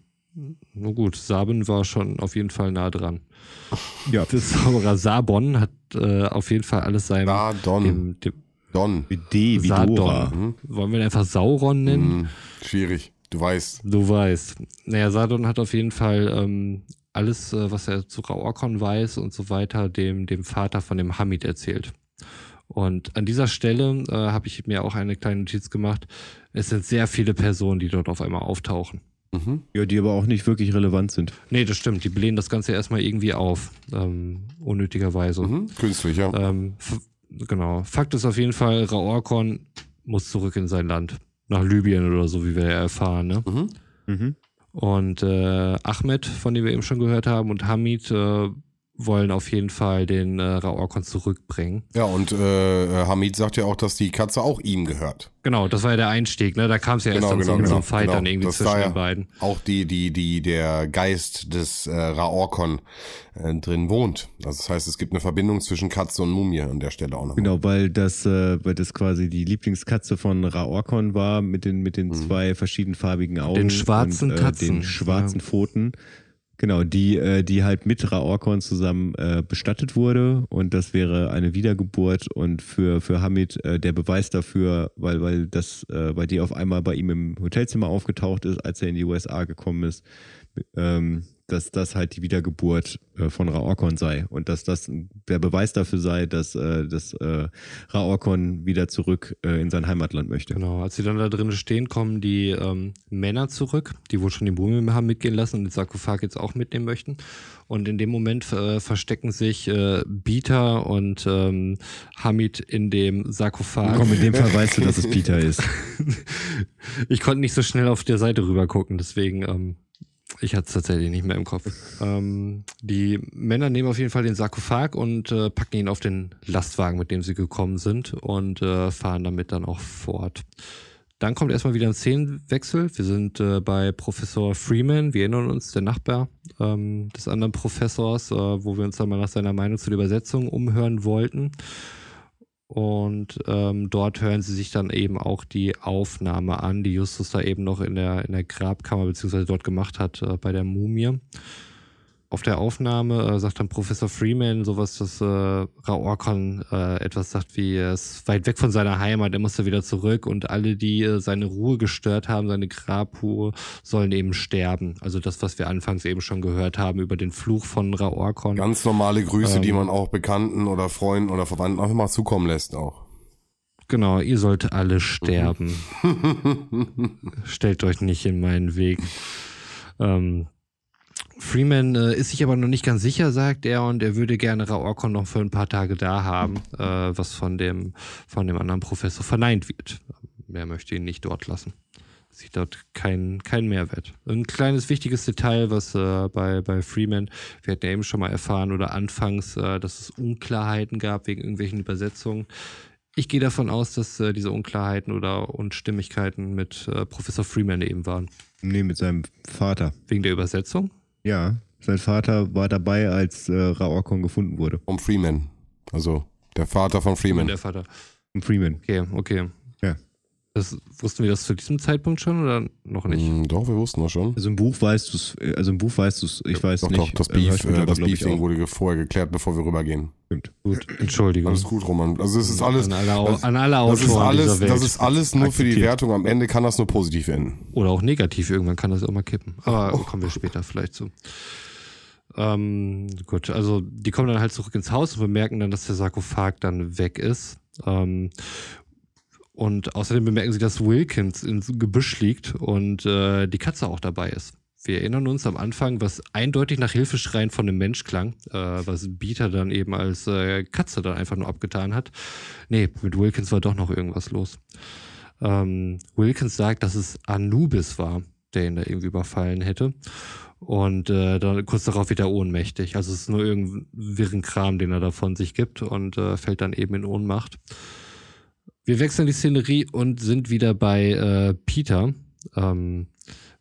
Na gut, Saben war schon auf jeden Fall nah dran. Ja. Der Zauberer Sabon hat äh, auf jeden Fall alles seinem... Sardon. Dem, dem Don. Wie D, wie Sardon. Dora. Mhm. Wollen wir ihn einfach Sauron nennen? Mhm. Schwierig. Du weißt. Du weißt. Naja, Sardon hat auf jeden Fall ähm, alles, äh, was er zu Raorkon weiß und so weiter, dem, dem Vater von dem Hamid erzählt. Und an dieser Stelle äh, habe ich mir auch eine kleine Notiz gemacht. Es sind sehr viele Personen, die dort auf einmal auftauchen. Mhm. Ja, die aber auch nicht wirklich relevant sind. Nee, das stimmt. Die blähen das Ganze erstmal irgendwie auf. Ähm, unnötigerweise. Mhm. Künstlich, ja. Ähm, f- genau. Fakt ist auf jeden Fall, Raorkon muss zurück in sein Land. Nach Libyen oder so, wie wir ja erfahren. Ne? Mhm. Mhm. Und äh, Ahmed, von dem wir eben schon gehört haben, und Hamid äh, wollen auf jeden Fall den äh, Raorkon zurückbringen. Ja, und äh, Hamid sagt ja auch, dass die Katze auch ihm gehört. Genau, das war ja der Einstieg, ne? Da kam es ja erst Genau, dann genau, so mit so genau, einem Fight genau. dann irgendwie Das zwischen da ja den beiden. Auch die, die, die, der Geist des äh, Raorkon äh, drin wohnt. Also das heißt, es gibt eine Verbindung zwischen Katze und Mumie an der Stelle auch noch. Genau, weil das, äh, weil das quasi die Lieblingskatze von Raorkon war mit den, mit den Mhm. zwei verschiedenfarbigen Augen. Den schwarzen und, äh, Katzen. Den schwarzen Ja. Pfoten. Genau, die, äh, die halt mit Raorkon zusammen äh, bestattet wurde, und das wäre eine Wiedergeburt, und für, für Hamid äh, der Beweis dafür, weil, weil das, äh, weil die auf einmal bei ihm im Hotelzimmer aufgetaucht ist, als er in die U S A gekommen ist, ähm, dass das halt die Wiedergeburt äh, von Raorkon sei und dass das der Beweis dafür sei, dass, äh, dass äh, Raorkon wieder zurück äh, in sein Heimatland möchte. Genau, als sie dann da drin stehen, kommen die ähm, Männer zurück, die wohl schon die Mumie haben mitgehen lassen und den Sarkophag jetzt auch mitnehmen möchten. Und in dem Moment äh, verstecken sich äh, Bita und ähm, Hamid in dem Sarkophag. Komm, in dem Fall weißt du, dass es Peter ist. Ich konnte nicht so schnell auf der Seite rüber gucken, deswegen, ähm, ich hatte es tatsächlich nicht mehr im Kopf. Ähm, die Männer nehmen auf jeden Fall den Sarkophag und äh, packen ihn auf den Lastwagen, mit dem sie gekommen sind, und äh, fahren damit dann auch fort. Dann kommt erstmal wieder ein Szenenwechsel. Wir sind äh, bei Professor Freeman, wir erinnern uns, der Nachbar ähm, des anderen Professors, äh, wo wir uns dann mal nach seiner Meinung zu der Übersetzung umhören wollten. Und ähm, dort hören sie sich dann eben auch die Aufnahme an, die Justus da eben noch in der, in der Grabkammer beziehungsweise dort gemacht hat äh, bei der Mumie. Auf der Aufnahme äh, sagt dann Professor Freeman sowas, dass äh, Raorkon äh, etwas sagt wie, er ist weit weg von seiner Heimat, er muss da wieder zurück, und alle, die äh, seine Ruhe gestört haben, seine Grabruhe, sollen eben sterben. Also das, was wir anfangs eben schon gehört haben über den Fluch von Raorkon. Ganz normale Grüße, Ähm, die man auch Bekannten oder Freunden oder Verwandten einfach mal zukommen lässt auch. Genau, ihr sollt alle sterben. Stellt euch nicht in meinen Weg. Ähm, Freeman äh, ist sich aber noch nicht ganz sicher, sagt er, und er würde gerne Raorkon noch für ein paar Tage da haben, äh, was von dem, von dem anderen Professor verneint wird. Er möchte ihn nicht dort lassen. Sieht dort keinen kein Mehrwert. Ein kleines wichtiges Detail, was äh, bei, bei Freeman, wir hatten ja eben schon mal erfahren, oder anfangs, äh, dass es Unklarheiten gab wegen irgendwelchen Übersetzungen. Ich gehe davon aus, dass äh, diese Unklarheiten oder Unstimmigkeiten mit äh, Professor Freeman eben waren. Nee, mit seinem Vater. Wegen der Übersetzung? Ja, sein Vater war dabei, als äh, Raorkon gefunden wurde. Vom Freeman. Also der Vater von Freeman. Der Vater. Und Freeman. Okay, okay. Ja. Das, wussten wir das zu diesem Zeitpunkt schon oder noch nicht? Mm, doch, wir wussten das schon. Also im Buch weißt du es, also im Buch weißt du es, ich weiß Doch, nicht. doch, das Im Beef, Hörspiel äh, aber, das glaub ich, Beef-Ding auch. wurde ge- vorher geklärt, bevor wir rübergehen. Stimmt. Gut, Entschuldigung. Alles gut, Roman. Also es ist alles, An alle, Au- das, an alle das ist Autoren alles, dieser Welt. das ist alles nur für die Akzeptiert. Wertung. Am Ende kann das nur positiv enden. Oder auch negativ, irgendwann kann das auch mal kippen. Aber kommen wir später vielleicht zu. Ähm, gut, also die kommen dann halt zurück ins Haus und bemerken dann, dass der Sarkophag dann weg ist. Ähm, und außerdem bemerken sie, dass Wilkins ins Gebüsch liegt und äh, die Katze auch dabei ist. Wir erinnern uns am Anfang, was eindeutig nach Hilfeschreien von einem Mensch klang, äh, was Beta dann eben als äh, Katze dann einfach nur abgetan hat. Nee, mit Wilkins war doch noch irgendwas los. Ähm, Wilkins sagt, dass es Anubis war, der ihn da irgendwie überfallen hätte. Und äh, dann kurz darauf wird er ohnmächtig. Also es ist nur irgendein wirren Kram, den er da von sich gibt, und äh, fällt dann eben in Ohnmacht. Wir wechseln die Szenerie und sind wieder bei äh, Peter. Ähm,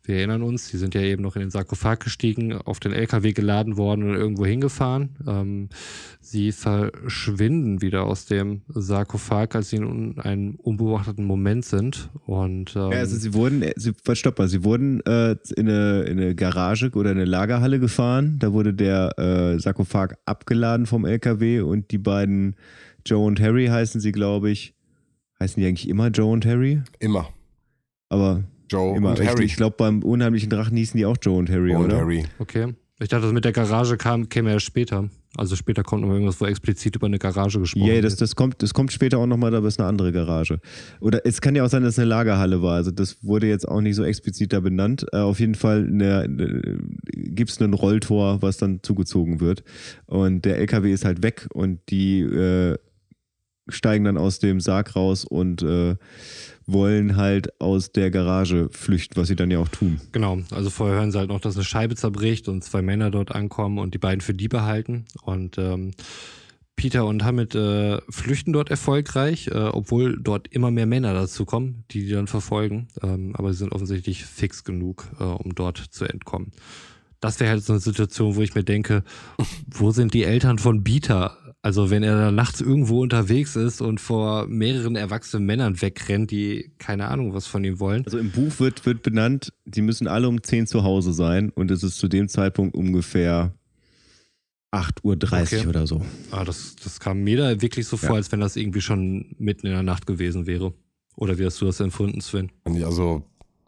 Wir erinnern uns, die sind ja eben noch in den Sarkophag gestiegen, auf den L K W geladen worden und irgendwo hingefahren. Ähm, sie verschwinden wieder aus dem Sarkophag, als sie in einem unbeobachteten Moment sind. Und, ähm, ja, also sie wurden, sie, stopp mal, sie wurden äh, in, eine, in eine Garage oder eine Lagerhalle gefahren. Da wurde der äh, Sarkophag abgeladen vom L K W und die beiden, Joe und Harry heißen sie, glaube ich. Heißen die eigentlich immer Joe und Harry? Immer. Aber Joe immer. und Ich, Harry. ich glaube, beim unheimlichen Drachen hießen die auch Joe und Harry, Joe und oder? Harry. okay. Ich dachte, das mit der Garage kam, käme erst später. Also später kommt noch irgendwas, wo explizit über eine Garage gesprochen Ja, wird. das, das, kommt, das kommt später auch nochmal, aber es ist eine andere Garage. Oder es kann ja auch sein, dass es eine Lagerhalle war. Also das wurde jetzt auch nicht so explizit da benannt. Äh, auf jeden Fall eine, eine, gibt es ein Rolltor, was dann zugezogen wird. Und der L K W ist halt weg und die äh, steigen dann aus dem Sarg raus und äh, wollen halt aus der Garage flüchten, was sie dann ja auch tun. Genau, also vorher hören sie halt noch, dass eine Scheibe zerbricht und zwei Männer dort ankommen und die beiden für Diebe halten. Und ähm, Peter und Hamid äh, flüchten dort erfolgreich, äh, obwohl dort immer mehr Männer dazu kommen, die die dann verfolgen. Ähm, aber sie sind offensichtlich fix genug, äh, um dort zu entkommen. Das wäre halt so eine Situation, wo ich mir denke, wo sind die Eltern von Peter? Also wenn er da nachts irgendwo unterwegs ist und vor mehreren erwachsenen Männern wegrennt, die keine Ahnung was von ihm wollen. Also im Buch wird, wird benannt, sie müssen alle um zehn zu Hause sein und es ist zu dem Zeitpunkt ungefähr acht Uhr dreißig Okay. oder so. Ah, das, das kam mir da wirklich so vor, Ja. als wenn das irgendwie schon mitten in der Nacht gewesen wäre. Oder wie hast du das empfunden, Sven? Also,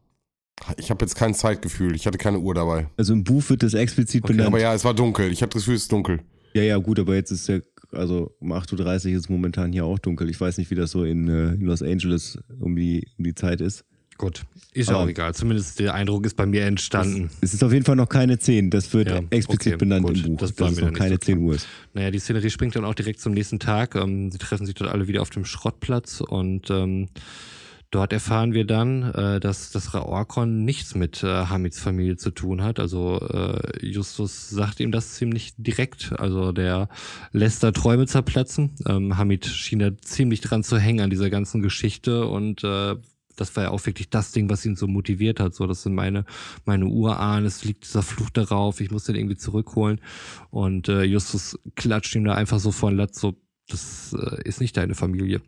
ich habe jetzt kein Zeitgefühl. Ich hatte keine Uhr dabei. Also im Buch wird das explizit Okay, benannt. Aber ja, es war dunkel. Ich hatte das Gefühl, es ist dunkel. Ja, ja, gut, aber jetzt ist ja, also um acht Uhr dreißig ist momentan hier auch dunkel. Ich weiß nicht, wie das so in, äh, in Los Angeles um die, um die Zeit ist. Gut, ist ja Aber- auch egal. Zumindest der Eindruck ist bei mir entstanden. Es ist auf jeden Fall noch keine zehn. Das wird Ja, explizit okay, benannt gut. im Buch, Das dass war es mir noch dann nicht keine so zehn Uhr ist. Naja, die Szenerie springt dann auch direkt zum nächsten Tag. Ähm, sie treffen sich dort alle wieder auf dem Schrottplatz und ähm, dort erfahren wir dann, äh, dass das Raorkon nichts mit äh, Hamids Familie zu tun hat. Also äh, Justus sagt ihm das ziemlich direkt. Also der lässt da Träume zerplatzen. Ähm, Hamid schien da ziemlich dran zu hängen an dieser ganzen Geschichte und äh, das war ja auch wirklich das Ding, was ihn so motiviert hat. So, das sind meine, meine Urahnen, es liegt dieser Fluch darauf, ich muss den irgendwie zurückholen. Und äh, Justus klatscht ihm da einfach so vor den Latz, so, das äh, ist nicht deine Familie.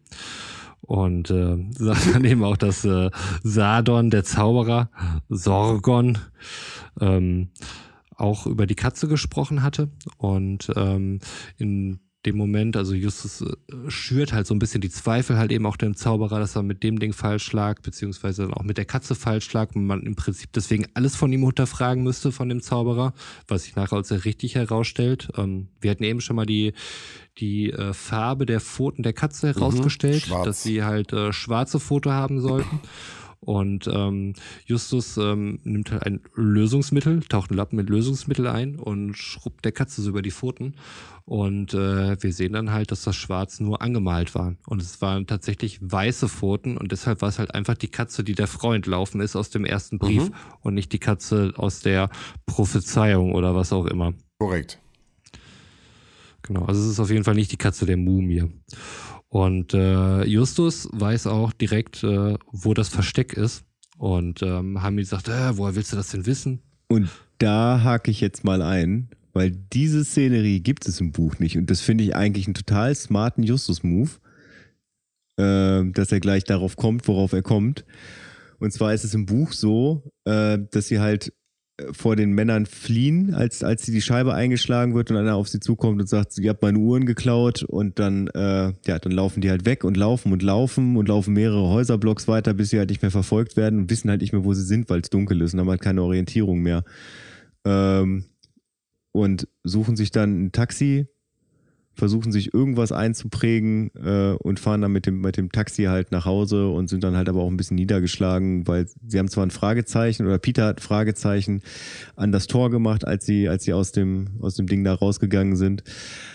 Und äh, sagt dann eben auch, dass äh, Sadon, der Zauberer, Sorgon, ähm, auch über die Katze gesprochen hatte. Und ähm, in dem Moment, also Justus äh, schürt halt so ein bisschen die Zweifel halt eben auch dem Zauberer, dass er mit dem Ding falsch lag, beziehungsweise dann auch mit der Katze falsch lag und man im Prinzip deswegen alles von ihm hinterfragen müsste, von dem Zauberer, was sich nachher als sehr richtig herausstellt. Ähm, wir hatten eben schon mal die die äh, Farbe der Pfoten der Katze herausgestellt, schwarz. dass sie halt äh, schwarze Pfote haben sollten. Und ähm, Justus ähm, nimmt halt ein Lösungsmittel, taucht einen Lappen mit Lösungsmittel ein und schrubbt der Katze so über die Pfoten. Und äh, wir sehen dann halt, dass das Schwarz nur angemalt war. Und es waren tatsächlich weiße Pfoten und deshalb war es halt einfach die Katze, die der Frau entlaufen ist aus dem ersten Brief Mhm. und nicht die Katze aus der Prophezeiung oder was auch immer. Korrekt. Genau, also es ist auf jeden Fall nicht die Katze der Mumie. Und äh, Justus weiß auch direkt, äh, wo das Versteck ist. Und ähm, Hamid sagt, äh, woher willst du das denn wissen? Und da hake ich jetzt mal ein, weil diese Szenerie gibt es im Buch nicht. Und das finde ich eigentlich einen total smarten Justus-Move, äh, dass er gleich darauf kommt, worauf er kommt. Und zwar ist es im Buch so, äh, dass sie halt äh, vor den Männern fliehen, als, als sie die Scheibe eingeschlagen wird und einer auf sie zukommt und sagt, ihr habt meine Uhren geklaut und dann, äh, ja, dann laufen die halt weg und laufen und laufen und laufen mehrere Häuserblocks weiter, bis sie halt nicht mehr verfolgt werden und wissen halt nicht mehr, wo sie sind, weil es dunkel ist und haben halt keine Orientierung mehr. Ähm, und suchen sich dann ein Taxi, versuchen sich irgendwas einzuprägen äh, und fahren dann mit dem, mit dem Taxi halt nach Hause und sind dann halt aber auch ein bisschen niedergeschlagen, weil sie haben zwar ein Fragezeichen oder Peter hat ein Fragezeichen an das Tor gemacht, als sie, als sie aus dem, aus dem Ding da rausgegangen sind.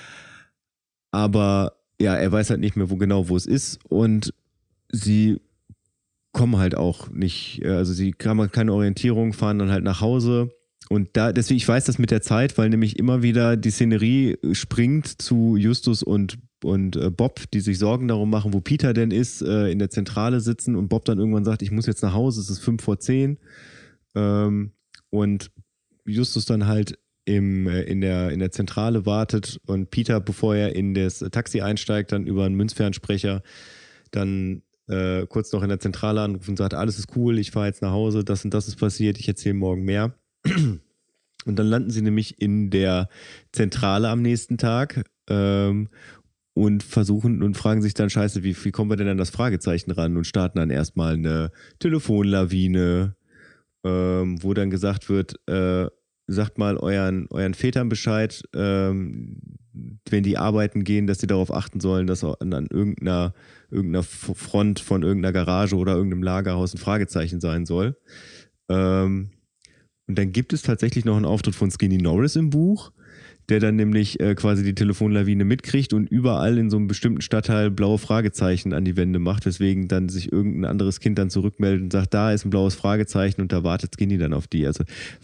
Aber ja, er weiß halt nicht mehr, wo genau, wo es ist und sie kommen halt auch nicht, also sie haben keine Orientierung, fahren dann halt nach Hause. Und da, deswegen, ich weiß das mit der Zeit, weil nämlich immer wieder die Szenerie springt zu Justus und, und äh, Bob, die sich Sorgen darum machen, wo Peter denn ist, äh, in der Zentrale sitzen und Bob dann irgendwann sagt, ich muss jetzt nach Hause, es ist fünf vor zehn. ähm, und Justus dann halt im, äh, in, der, in der Zentrale wartet und Peter, bevor er in das Taxi einsteigt, dann über einen Münzfernsprecher dann äh, kurz noch in der Zentrale anruft und sagt, alles ist cool, ich fahre jetzt nach Hause, das und das ist passiert, ich erzähle morgen mehr. Und dann landen sie nämlich in der Zentrale am nächsten Tag ähm, und versuchen und fragen sich dann, scheiße, wie, wie kommen wir denn an das Fragezeichen ran und starten dann erstmal eine Telefonlawine, ähm, wo dann gesagt wird, äh, sagt mal euren, euren Vätern Bescheid, ähm, wenn die arbeiten gehen, dass sie darauf achten sollen, dass an, an irgendeiner, irgendeiner Front von irgendeiner Garage oder irgendeinem Lagerhaus ein Fragezeichen sein soll. Ähm, und dann gibt es tatsächlich noch einen Auftritt von Skinny Norris im Buch, der dann nämlich äh, quasi die Telefonlawine mitkriegt und überall in so einem bestimmten Stadtteil blaue Fragezeichen an die Wände macht, weswegen dann sich irgendein anderes Kind dann zurückmeldet und sagt, da ist ein blaues Fragezeichen und da wartet Skinny dann auf die. Also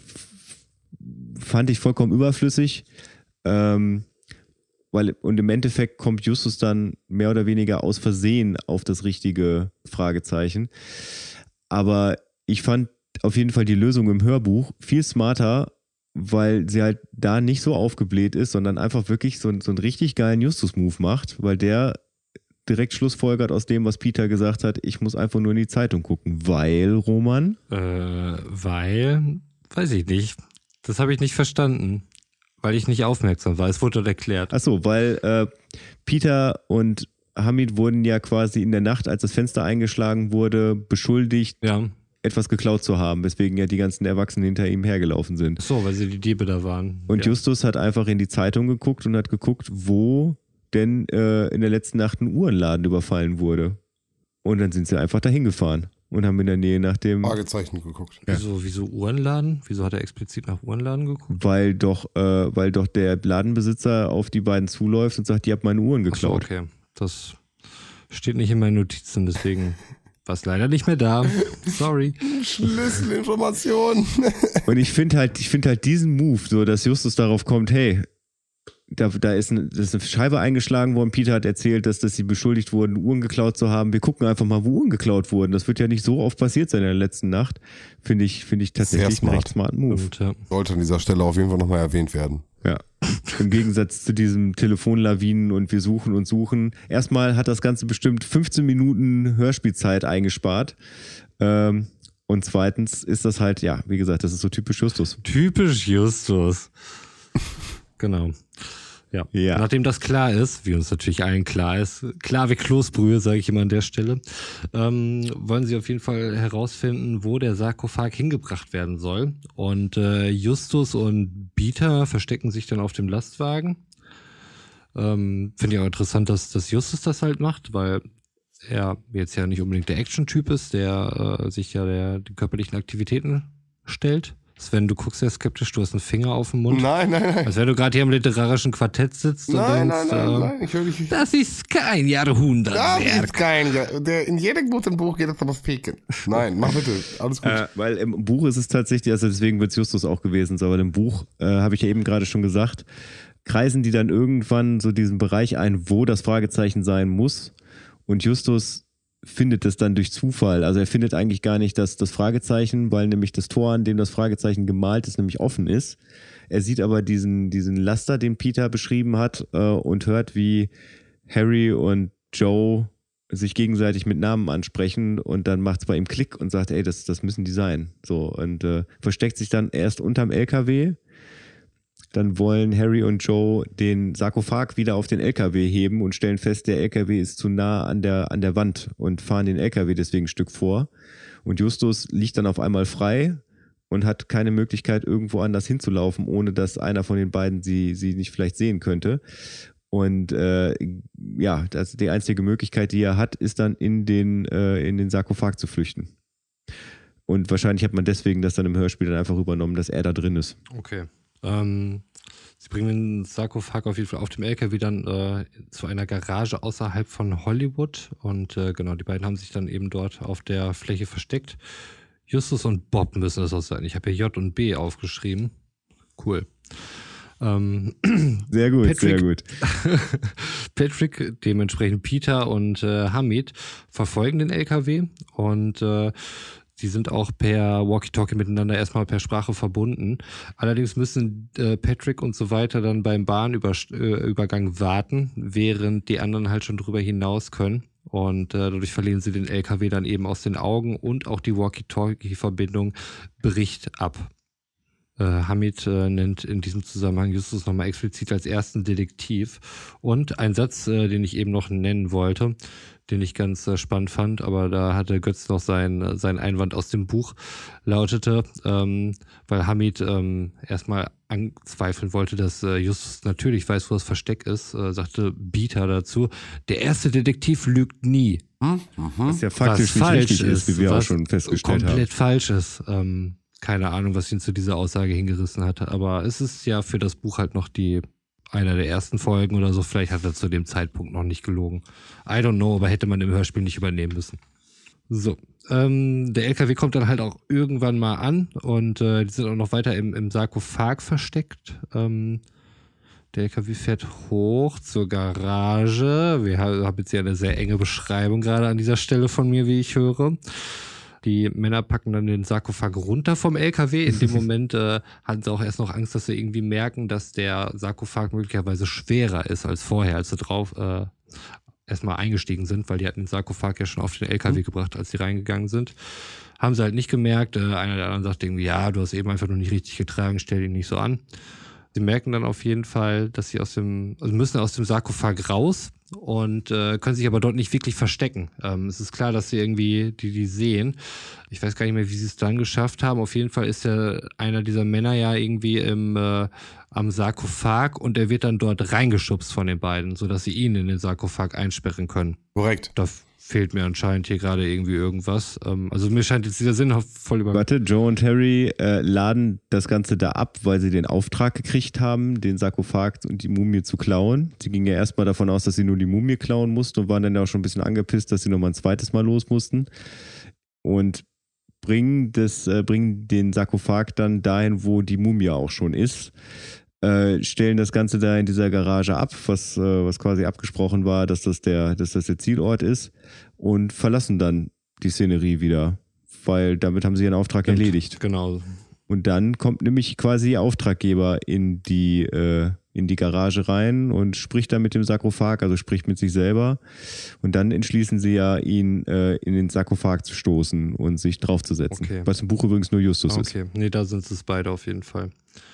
fand ich vollkommen überflüssig. Ähm, weil, und im Endeffekt kommt Justus dann mehr oder weniger aus Versehen auf das richtige Fragezeichen. Aber ich fand auf jeden Fall die Lösung im Hörbuch viel smarter, weil sie halt da nicht so aufgebläht ist, sondern einfach wirklich so, so einen richtig geilen Justus-Move macht, weil der direkt schlussfolgert aus dem, was Peter gesagt hat, ich muss einfach nur in die Zeitung gucken. Weil, Roman? Äh, weil, weiß ich nicht. Das habe ich nicht verstanden, weil ich nicht aufmerksam war. Es wurde dort erklärt. Ach so, weil äh, Peter und Hamid wurden ja quasi in der Nacht, als das Fenster eingeschlagen wurde, beschuldigt, ja. etwas geklaut zu haben, weswegen ja die ganzen Erwachsenen hinter ihm hergelaufen sind. So, weil sie die Diebe da waren. Und ja. Justus hat einfach in die Zeitung geguckt und hat geguckt, wo denn äh, in der letzten Nacht ein Uhrenladen überfallen wurde. Und dann sind sie einfach dahin gefahren und haben in der Nähe nach dem Fragezeichen geguckt. Ja. Wieso, wieso Uhrenladen? Wieso hat er explizit nach Uhrenladen geguckt? Weil doch, äh, weil doch der Ladenbesitzer auf die beiden zuläuft und sagt, die haben meine Uhren geklaut. Ach so, okay. Das steht nicht in meinen Notizen, deswegen war es leider nicht mehr da. Sorry. Schlüsselinformation. Und ich finde halt, ich finde halt diesen Move, so dass Justus darauf kommt, hey, da, da ist, ein, das ist eine Scheibe eingeschlagen worden. Peter hat erzählt, dass, dass sie beschuldigt wurden, Uhren geklaut zu haben. Wir gucken einfach mal, wo Uhren geklaut wurden. Das wird ja nicht so oft passiert sein in der letzten Nacht. Finde ich, finde ich tatsächlich einen recht smarten Move. Und, ja. Sollte an dieser Stelle auf jeden Fall nochmal erwähnt werden. Ja. Im Gegensatz zu diesem Telefonlawinen und wir suchen und suchen. Erstmal hat das Ganze bestimmt fünfzehn Minuten Hörspielzeit eingespart. Ähm, und zweitens ist das halt, ja, wie gesagt, das ist so typisch Justus. Typisch Justus. Genau. Ja. Ja. Nachdem das klar ist, wie uns natürlich allen klar ist, klar wie Kloßbrühe, sage ich immer an der Stelle, ähm, wollen sie auf jeden Fall herausfinden, wo der Sarkophag hingebracht werden soll. Und äh, Justus und Bieter verstecken sich dann auf dem Lastwagen. Ähm, Finde ich auch interessant, dass, dass Justus das halt macht, weil er jetzt ja nicht unbedingt der Action-Typ ist, der äh, sich ja der, die körperlichen Aktivitäten stellt. Sven, du guckst ja skeptisch, du hast einen Finger auf dem Mund. Nein, nein, nein. Als wenn du gerade hier im literarischen Quartett sitzt und Nein, denkst, nein, nein, äh, nein. Ich höre dich. das ist kein Jahrhundertwerk. Das ist kein. Ja, der, in jedem guten Buch geht es um das Piken. Nein, mach bitte. Alles gut. Äh, weil im Buch ist es tatsächlich, also deswegen wird es Justus auch gewesen sein, aber im Buch, äh, habe ich ja eben gerade schon gesagt, kreisen die dann irgendwann so diesen Bereich ein, wo das Fragezeichen sein muss. Und Justus findet es dann durch Zufall. Also er findet eigentlich gar nicht das, das Fragezeichen, weil nämlich das Tor, an dem das Fragezeichen gemalt ist, nämlich offen ist. Er sieht aber diesen, diesen Laster, den Peter beschrieben hat, äh, und hört, wie Harry und Joe sich gegenseitig mit Namen ansprechen und dann macht es bei ihm Klick und sagt, ey, das, das müssen die sein. So, und äh, versteckt sich dann erst unterm L K W. Dann wollen Harry und Joe den Sarkophag wieder auf den L K W heben und stellen fest, der L K W ist zu nah an der, an der Wand und fahren den L K W deswegen ein Stück vor. Und Justus liegt dann auf einmal frei und hat keine Möglichkeit, irgendwo anders hinzulaufen, ohne dass einer von den beiden sie, sie nicht vielleicht sehen könnte. Und äh, ja, das, die einzige Möglichkeit, die er hat, ist dann in den, äh, in den Sarkophag zu flüchten. Und wahrscheinlich hat man deswegen das dann im Hörspiel dann einfach übernommen, dass er da drin ist. Okay. Ähm, sie bringen den Sarkophag auf jeden Fall auf dem L K W dann äh, zu einer Garage außerhalb von Hollywood und äh, genau, die beiden haben sich dann eben dort auf der Fläche versteckt. Justus und Bob müssen das auch sein. Ich habe hier J und B aufgeschrieben. Cool. Ähm, sehr gut, Patrick, sehr gut. Patrick, dementsprechend Peter und äh, Hamid verfolgen den L K W und äh, Die sind auch per Walkie-Talkie miteinander erstmal per Sprache verbunden. Allerdings müssen äh, Patrick und so weiter dann beim Bahnübergang warten, während die anderen halt schon drüber hinaus können. Und äh, dadurch verlieren sie den L K W dann eben aus den Augen und auch die Walkie-Talkie-Verbindung bricht ab. Äh, Hamid äh, nennt in diesem Zusammenhang Justus nochmal explizit als ersten Detektiv. Und ein Satz, äh, den ich eben noch nennen wollte, den ich ganz äh, spannend fand, aber da hatte Götz noch sein, sein Einwand aus dem Buch, lautete, ähm, weil Hamid ähm, erstmal anzweifeln wollte, dass äh, Justus natürlich weiß, wo das Versteck ist, äh, sagte Bieter dazu, der erste Detektiv lügt nie. Mhm. Was ja faktisch was nicht falsch richtig ist, wie wir auch was schon festgestellt haben. Komplett falsch ist. Ähm, keine Ahnung, was ihn zu dieser Aussage hingerissen hat, aber es ist ja für das Buch halt noch die einer der ersten Folgen oder so. Vielleicht hat er zu dem Zeitpunkt noch nicht gelogen. I don't know, aber hätte man im Hörspiel nicht übernehmen müssen. So, ähm, der L K W kommt dann halt auch irgendwann mal an und äh, die sind auch noch weiter im, im Sarkophag versteckt. Ähm, der L K W fährt hoch zur Garage. Wir haben jetzt hier eine sehr enge Beschreibung gerade an dieser Stelle von mir, wie ich höre. Die Männer packen dann den Sarkophag runter vom L K W. In dem Moment äh, hatten sie auch erst noch Angst, dass sie irgendwie merken, dass der Sarkophag möglicherweise schwerer ist als vorher, als sie drauf äh, erstmal eingestiegen sind, weil die hatten den Sarkophag ja schon auf den L K W mhm. gebracht, als sie reingegangen sind. Haben sie halt nicht gemerkt. Äh, einer der anderen sagt irgendwie, ja, du hast eben einfach nur nicht richtig getragen, stell ihn nicht so an. Sie merken dann auf jeden Fall, dass sie aus dem, also müssen aus dem Sarkophag raus und äh, können sich aber dort nicht wirklich verstecken. Ähm, es ist klar, dass sie irgendwie die, die sehen. Ich weiß gar nicht mehr, wie sie es dann geschafft haben. Auf jeden Fall ist ja einer dieser Männer ja irgendwie im, äh, am Sarkophag und er wird dann dort reingeschubst von den beiden, sodass sie ihn in den Sarkophag einsperren können. Korrekt. Da fehlt mir anscheinend hier gerade irgendwie irgendwas. Ähm, also mir scheint jetzt dieser Sinn voll über... Warte, Joe und Harry äh, laden das Ganze da ab, weil sie den Auftrag gekriegt haben, den Sarkophag und die Mumie zu klauen. Sie gingen ja erstmal davon aus, dass sie nur die Mumie klauen mussten und waren dann ja auch schon ein bisschen angepisst, dass sie nochmal ein zweites Mal los mussten. Und bringen, das, äh, bringen den Sarkophag dann dahin, wo die Mumie auch schon ist. Äh, stellen das Ganze da in dieser Garage ab, was, äh, was quasi abgesprochen war, dass das, der, dass das der Zielort ist, und verlassen dann die Szenerie wieder, weil damit haben sie ihren Auftrag Stimmt, erledigt. Genau. Und dann kommt nämlich quasi Auftraggeber in die, äh, in die Garage rein und spricht dann mit dem Sarkophag, also spricht mit sich selber. Und dann entschließen sie ja, ihn äh, in den Sarkophag zu stoßen und sich draufzusetzen. Okay. Was im Buch übrigens nur Justus ist. Okay, nee, da sind es beide auf jeden Fall.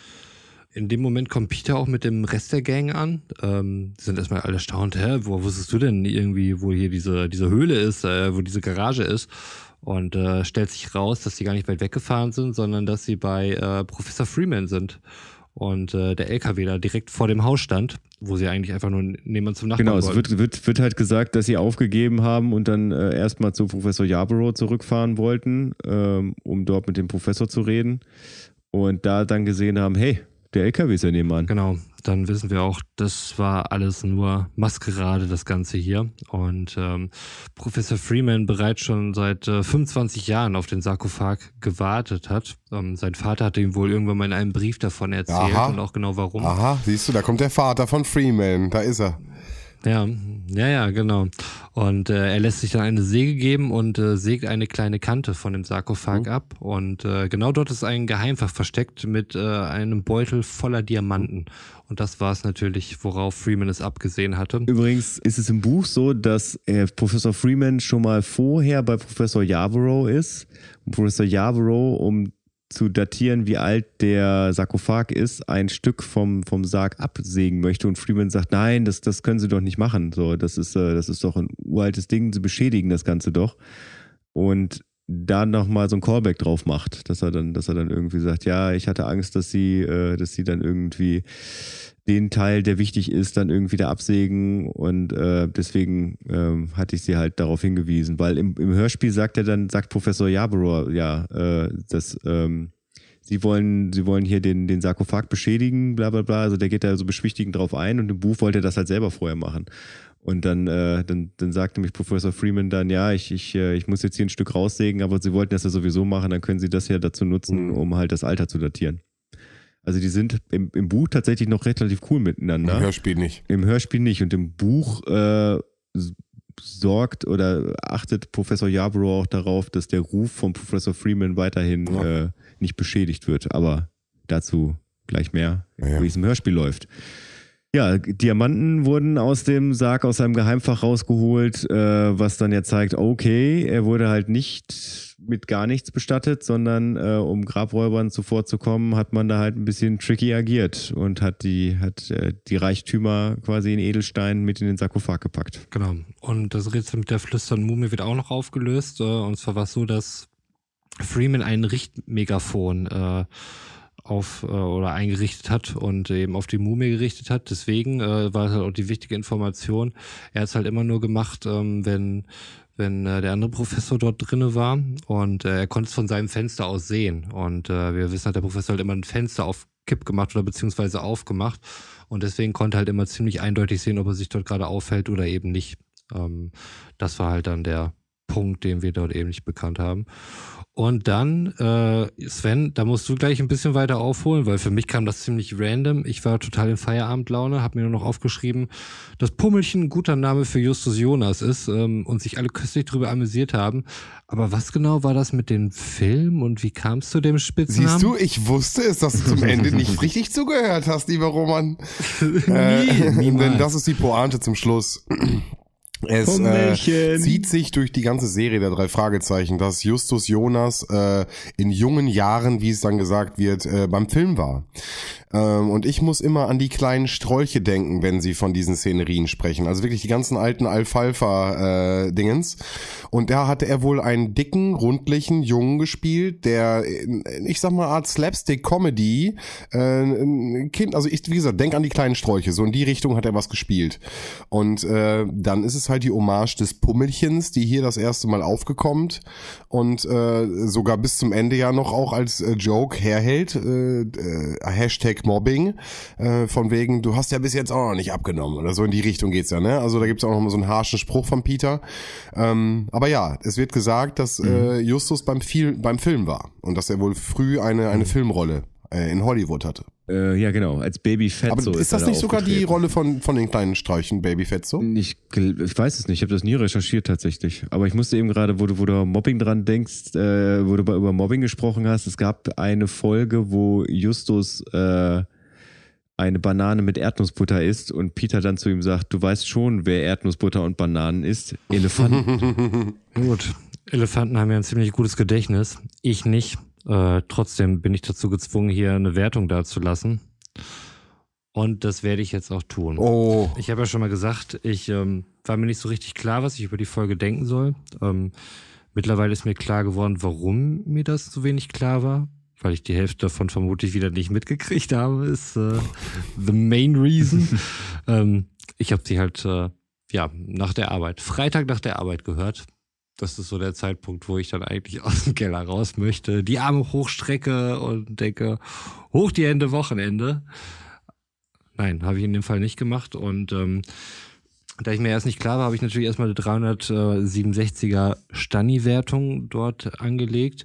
In dem Moment kommt Peter auch mit dem Rest der Gang an. Ähm, die sind erstmal alle erstaunt, hä, wo wusstest du denn irgendwie, wo hier diese, diese Höhle ist, äh, wo diese Garage ist? Und äh, stellt sich raus, dass sie gar nicht weit weggefahren sind, sondern dass sie bei äh, Professor Freeman sind. Und äh, der L K W da direkt vor dem Haus stand, wo sie eigentlich einfach nur nebenan zum Nachbarn Genau, es wollten. wird, wird, wird halt gesagt, dass sie aufgegeben haben und dann äh, erstmal zu Professor Yarborough zurückfahren wollten, ähm, um dort mit dem Professor zu reden. Und da dann gesehen haben, hey, der L K W ist ja nebenan. Genau, dann wissen wir auch, das war alles nur Maskerade, das Ganze hier. Und ähm, Professor Freeman bereits schon seit äh, fünfundzwanzig Jahren auf den Sarkophag gewartet hat. Ähm, sein Vater hatte ihm wohl irgendwann mal in einem Brief davon erzählt. Aha. Und auch genau warum. Aha, siehst du, da kommt der Vater von Freeman, da ist er. Ja, ja, ja, genau. Und äh, er lässt sich dann eine Säge geben und äh, sägt eine kleine Kante von dem Sarkophag mhm. ab. Und äh, genau dort ist ein Geheimfach versteckt mit äh, einem Beutel voller Diamanten. Und das war es natürlich, worauf Freeman es abgesehen hatte. Übrigens ist es im Buch so, dass äh, Professor Freeman schon mal vorher bei Professor Yarborough ist. Und Professor Yarborough, um zu datieren, wie alt der Sarkophag ist, ein Stück vom, vom Sarg absägen möchte und Freeman sagt, nein, das, das können sie doch nicht machen. So, das ist, äh, das ist doch ein uraltes Ding, sie beschädigen das Ganze doch. Und da nochmal so ein Callback drauf macht, dass er dann, dass er dann irgendwie sagt, ja, ich hatte Angst, dass sie, äh, dass sie dann irgendwie den Teil, der wichtig ist, dann irgendwie da absägen und äh, deswegen äh, hatte ich sie halt darauf hingewiesen, weil im, im Hörspiel sagt er dann, sagt Professor Yarborough, ja, äh, dass ähm, sie wollen, sie wollen hier den, den Sarkophag beschädigen, bla bla bla, also der geht da so beschwichtigend drauf ein und im Buch wollte er das halt selber vorher machen. Und dann, äh, dann, dann sagte nämlich Professor Freeman dann, ja, ich, ich, äh, ich muss jetzt hier ein Stück raussägen, aber sie wollten das ja sowieso machen, dann können sie das ja dazu nutzen, um halt das Alter zu datieren. Also die sind im, im Buch tatsächlich noch relativ cool miteinander. Im Hörspiel nicht. Im Hörspiel nicht. Und im Buch äh, sorgt oder achtet Professor Yarborough auch darauf, dass der Ruf von Professor Freeman weiterhin ja. äh, nicht beschädigt wird. Aber dazu gleich mehr, ja, ja. wie es im Hörspiel läuft. Ja, Diamanten wurden aus dem Sarg, aus seinem Geheimfach rausgeholt, äh, was dann ja zeigt, okay, er wurde halt nicht mit gar nichts bestattet, sondern äh, um Grabräubern zuvorzukommen, hat man da halt ein bisschen tricky agiert und hat die, hat äh, die Reichtümer quasi in Edelstein mit in den Sarkophag gepackt. Genau. Und das Rätsel mit der flüsternden Mumie wird auch noch aufgelöst. Äh, und zwar war es so, dass Freeman ein Richtmegafon äh, auf äh, oder eingerichtet hat und eben auf die Mumie gerichtet hat. Deswegen äh, war halt auch die wichtige Information. Er hat es halt immer nur gemacht, ähm, wenn wenn äh, der andere Professor dort drinne war und äh, er konnte es von seinem Fenster aus sehen. Und äh, wir wissen, hat der Professor halt immer ein Fenster auf Kipp gemacht oder beziehungsweise aufgemacht und deswegen konnte er halt immer ziemlich eindeutig sehen, ob er sich dort gerade aufhält oder eben nicht. Ähm, das war halt dann der Punkt, den wir dort eben nicht bekannt haben. Und dann, äh, Sven, da musst du gleich ein bisschen weiter aufholen, weil für mich kam das ziemlich random. Ich war total in Feierabendlaune, habe mir nur noch aufgeschrieben, dass Pummelchen ein guter Name für Justus Jonas ist ähm, und sich alle köstlich drüber amüsiert haben. Aber was genau war das mit dem Film und wie kam es zu dem Spitznamen? Siehst du, ich wusste es, dass du zum Ende nicht richtig zugehört hast, lieber Roman. äh, Nie, denn das ist die Pointe zum Schluss. Es äh, zieht sich durch die ganze Serie der drei Fragezeichen, dass Justus Jonas äh, in jungen Jahren, wie es dann gesagt wird, äh, beim Film war. Ähm, und ich muss immer an die kleinen Strolche denken, wenn sie von diesen Szenerien sprechen. Also wirklich die ganzen alten Alfalfa-Dingens. Äh, und da hatte er wohl einen dicken, rundlichen Jungen gespielt, der, ich sag mal, Art Slapstick-Comedy, äh, ein Kind, also ich, wie gesagt, denk an die kleinen Strolche. So in die Richtung hat er was gespielt. Und äh, dann ist es halt die Hommage des Pummelchens, die hier das erste Mal aufgekommt und äh, sogar bis zum Ende ja noch auch als äh, Joke herhält, äh, äh, Hashtag Mobbing, äh, von wegen, du hast ja bis jetzt auch noch nicht abgenommen oder so in die Richtung geht's ja, ne? Also da gibt's auch noch mal so einen harschen Spruch von Peter. Ähm, aber ja, es wird gesagt, dass mhm. äh, Justus beim, viel, beim Film war und dass er wohl früh eine, eine Filmrolle äh, in Hollywood hatte. Äh, ja, genau, als Baby Fetzo. Aber ist, ist das nicht sogar die Rolle von, von den kleinen Sträuchen, Baby Fetzo? Ich, ich weiß es nicht, ich habe das nie recherchiert tatsächlich. Aber ich musste eben gerade, wo du, wo du Mobbing dran denkst, äh, wo du über Mobbing gesprochen hast, es gab eine Folge, wo Justus äh, eine Banane mit Erdnussbutter isst und Peter dann zu ihm sagt, du weißt schon, wer Erdnussbutter und Bananen isst? Elefanten. Gut, Elefanten haben ja ein ziemlich gutes Gedächtnis. Ich nicht. Äh, trotzdem bin ich dazu gezwungen, hier eine Wertung dazulassen. Und das werde ich jetzt auch tun. Oh. Ich habe ja schon mal gesagt, ich ähm, war mir nicht so richtig klar, was ich über die Folge denken soll. Ähm, mittlerweile ist mir klar geworden, warum mir das so wenig klar war. Weil ich die Hälfte davon vermutlich wieder nicht mitgekriegt habe, ist äh, the main reason. ähm, ich habe sie halt äh, ja nach der Arbeit, Freitag nach der Arbeit gehört. Das ist so der Zeitpunkt, wo ich dann eigentlich aus dem Keller raus möchte, die Arme hochstrecke und denke, hoch die Hände, Wochenende. Nein, habe ich in dem Fall nicht gemacht. Und ähm, da ich mir erst nicht klar war, habe ich natürlich erstmal eine dreihundertsiebenundsechziger Stani-Wertung dort angelegt.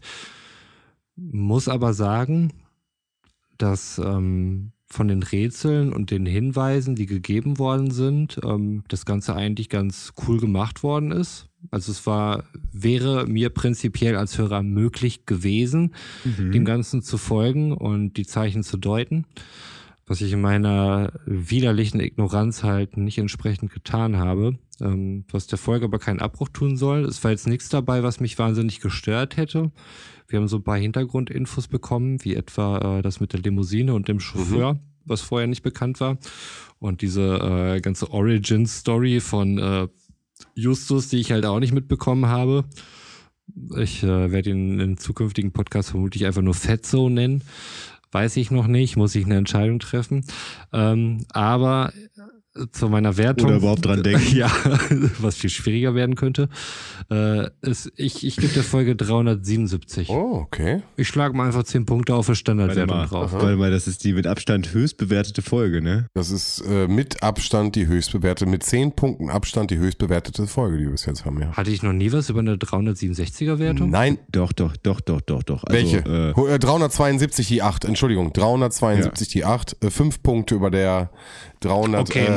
Muss aber sagen, dass ähm, von den Rätseln und den Hinweisen, die gegeben worden sind, ähm, das Ganze eigentlich ganz cool gemacht worden ist. Also es war, wäre mir prinzipiell als Hörer möglich gewesen, mhm. dem Ganzen zu folgen und die Zeichen zu deuten, was ich in meiner widerlichen Ignoranz halt nicht entsprechend getan habe, ähm, was der Folge aber keinen Abbruch tun soll. Es war jetzt nichts dabei, was mich wahnsinnig gestört hätte. Wir haben so ein paar Hintergrundinfos bekommen, wie etwa äh, das mit der Limousine und dem Chauffeur, mhm. was vorher nicht bekannt war. Und diese äh, ganze Origin-Story von äh, Justus, die ich halt auch nicht mitbekommen habe. Ich äh, werde ihn im zukünftigen Podcast vermutlich einfach nur Fetzo nennen. Weiß ich noch nicht, muss ich eine Entscheidung treffen. Ähm, aber zu meiner Wertung. Oder überhaupt dran denken. Ja, was viel schwieriger werden könnte. Äh, ist, ich ich gebe der Folge dreihundertsiebenundsiebzig. Oh, okay. Ich schlage mal einfach zehn Punkte auf eine Standardwertung drauf. Warte mal, das ist die mit Abstand höchst bewertete Folge, ne? Das ist äh, mit Abstand die höchst bewertete, mit zehn Punkten Abstand die höchst bewertete Folge, die wir bis jetzt haben, ja. Hatte ich noch nie was über eine dreihundertsiebenundsechziger Wertung? Nein. Doch, doch, doch, doch, doch, doch. Also, Welche? Äh, dreihundertzweiundsiebzig die acht, Entschuldigung, dreihundertzweiundsiebzig ja. die acht, äh, fünf Punkte über der dreihundert. Okay, nee,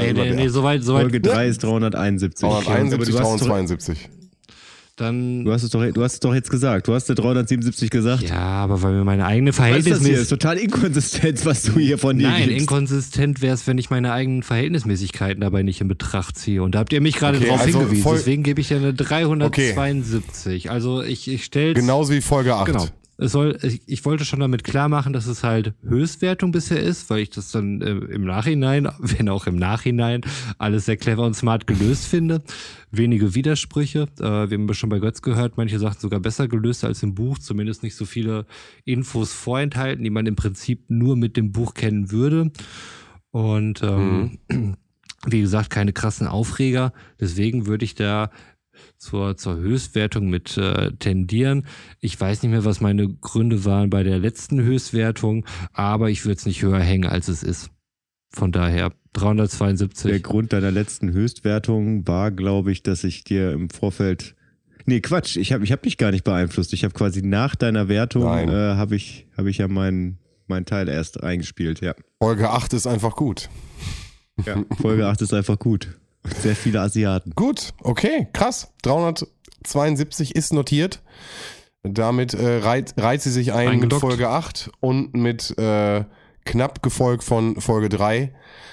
nee, über nee, der. nee, soweit, soweit. Folge drei ist dreihunderteinundsiebzig. dreihunderteinundsiebzig, Aber du hast doch- dreihundertzweiundsiebzig. Dann. Du hast es doch, du hast es doch jetzt gesagt. Du hast dir dreihundertsiebenundsiebzig gesagt. Ja, aber weil mir meine eigene Was ist das hier? Verhältnismäßigkeit. Das ist total inkonsistent, was du hier von dir Nein, gibst. inkonsistent wäre es, wenn ich meine eigenen Verhältnismäßigkeiten dabei nicht in Betracht ziehe. Und da habt ihr mich gerade Okay, drauf also hingewiesen. voll- Deswegen gebe ich dir eine dreihundertzweiundsiebzig. Also ich, ich stelle Genauso wie Folge acht. Genau. Es soll, ich, ich wollte schon damit klar machen, dass es halt Höchstwertung bisher ist, weil ich das dann äh, im Nachhinein, wenn auch im Nachhinein, alles sehr clever und smart gelöst finde. Wenige Widersprüche. Äh, wir haben schon bei Götz gehört, manche Sachen sogar besser gelöst als im Buch. Zumindest nicht so viele Infos vorenthalten, die man im Prinzip nur mit dem Buch kennen würde. Und ähm, mhm. wie gesagt, keine krassen Aufreger. Deswegen würde ich da zur, zur Höchstwertung mit äh, tendieren. Ich weiß nicht mehr, was meine Gründe waren bei der letzten Höchstwertung, aber ich würde es nicht höher hängen, als es ist. Von daher dreihundertzweiundsiebzig. Der Grund deiner letzten Höchstwertung war, glaube ich, dass ich dir im Vorfeld... Nee, Quatsch, ich habe ich hab dich gar nicht beeinflusst. Ich habe quasi nach deiner Wertung, Nein. äh, habe ich, hab ich ja meinen mein Teil erst eingespielt, ja. Folge acht ist einfach gut. ja. Folge acht ist einfach gut. Sehr viele Asiaten. Gut, okay, krass. dreihundertzweiundsiebzig ist notiert. Damit äh, reiht, reiht sie sich ein mit Eingedockt. Folge acht und mit äh, knapp gefolgt von Folge drei.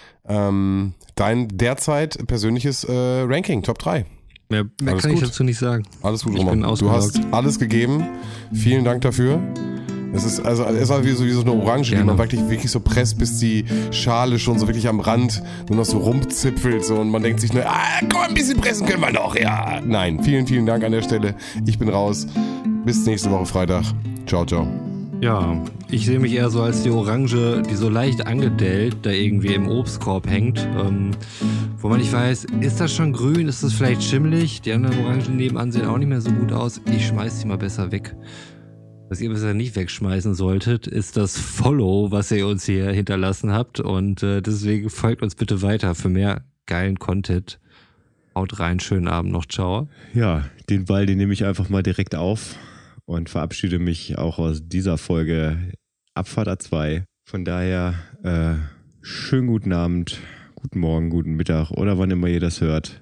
Ähm, dein derzeit persönliches äh, Ranking, Top drei. Mehr, mehr Alles kann ich gut. dazu nicht sagen. Alles gut, Ich Roman. bin Du ausgelaugt. hast alles gegeben. Vielen Dank dafür. Es ist also es war wie so, wie so eine Orange, Gerne. die man wirklich, wirklich so presst, bis die Schale schon so wirklich am Rand nur noch so rumzipfelt so, und man denkt sich nur, ah, komm, ein bisschen pressen können wir noch, ja. Nein, vielen, vielen Dank an der Stelle. Ich bin raus. Bis nächste Woche Freitag. Ciao, ciao. Ja, ich sehe mich eher so als die Orange, die so leicht angedellt da irgendwie im Obstkorb hängt. Ähm, wo man nicht weiß, ist das schon grün, ist das vielleicht schimmelig? Die anderen Orangen nebenan sehen auch nicht mehr so gut aus. Ich schmeiß die mal besser weg. Was ihr besser nicht wegschmeißen solltet, ist das Follow, was ihr uns hier hinterlassen habt. Und äh, deswegen folgt uns bitte weiter für mehr geilen Content. Haut rein, schönen Abend noch, ciao. Ja, den Ball, den nehme ich einfach mal direkt auf und verabschiede mich auch aus dieser Folge Abfahrt A zwei. Von daher, äh, schönen guten Abend, guten Morgen, guten Mittag oder wann immer ihr das hört.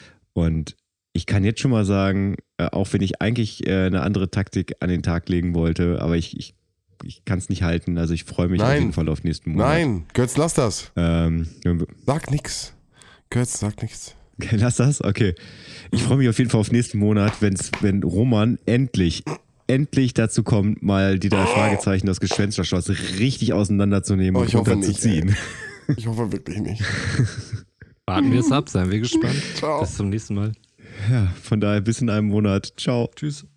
Und ich kann jetzt schon mal sagen, äh, auch wenn ich eigentlich äh, eine andere Taktik an den Tag legen wollte, aber ich, ich, ich kann es nicht halten. Also ich freue mich Nein. auf jeden Fall auf nächsten Monat. Nein, Götz, lass das. Ähm, Sag nix. Götz, sag nichts. Okay, lass das? Okay. Ich freue mich auf jeden Fall auf nächsten Monat, wenn's, wenn Roman endlich, endlich dazu kommt, mal die drei Fragezeichen aus Gespensterschloss richtig auseinanderzunehmen Oh, und ich hoffe runterzuziehen. nicht, Ich hoffe wirklich nicht. Warten wir es ab, seien wir gespannt. Ciao. Bis zum nächsten Mal. Ja, von daher bis in einem Monat. Ciao. Tschüss.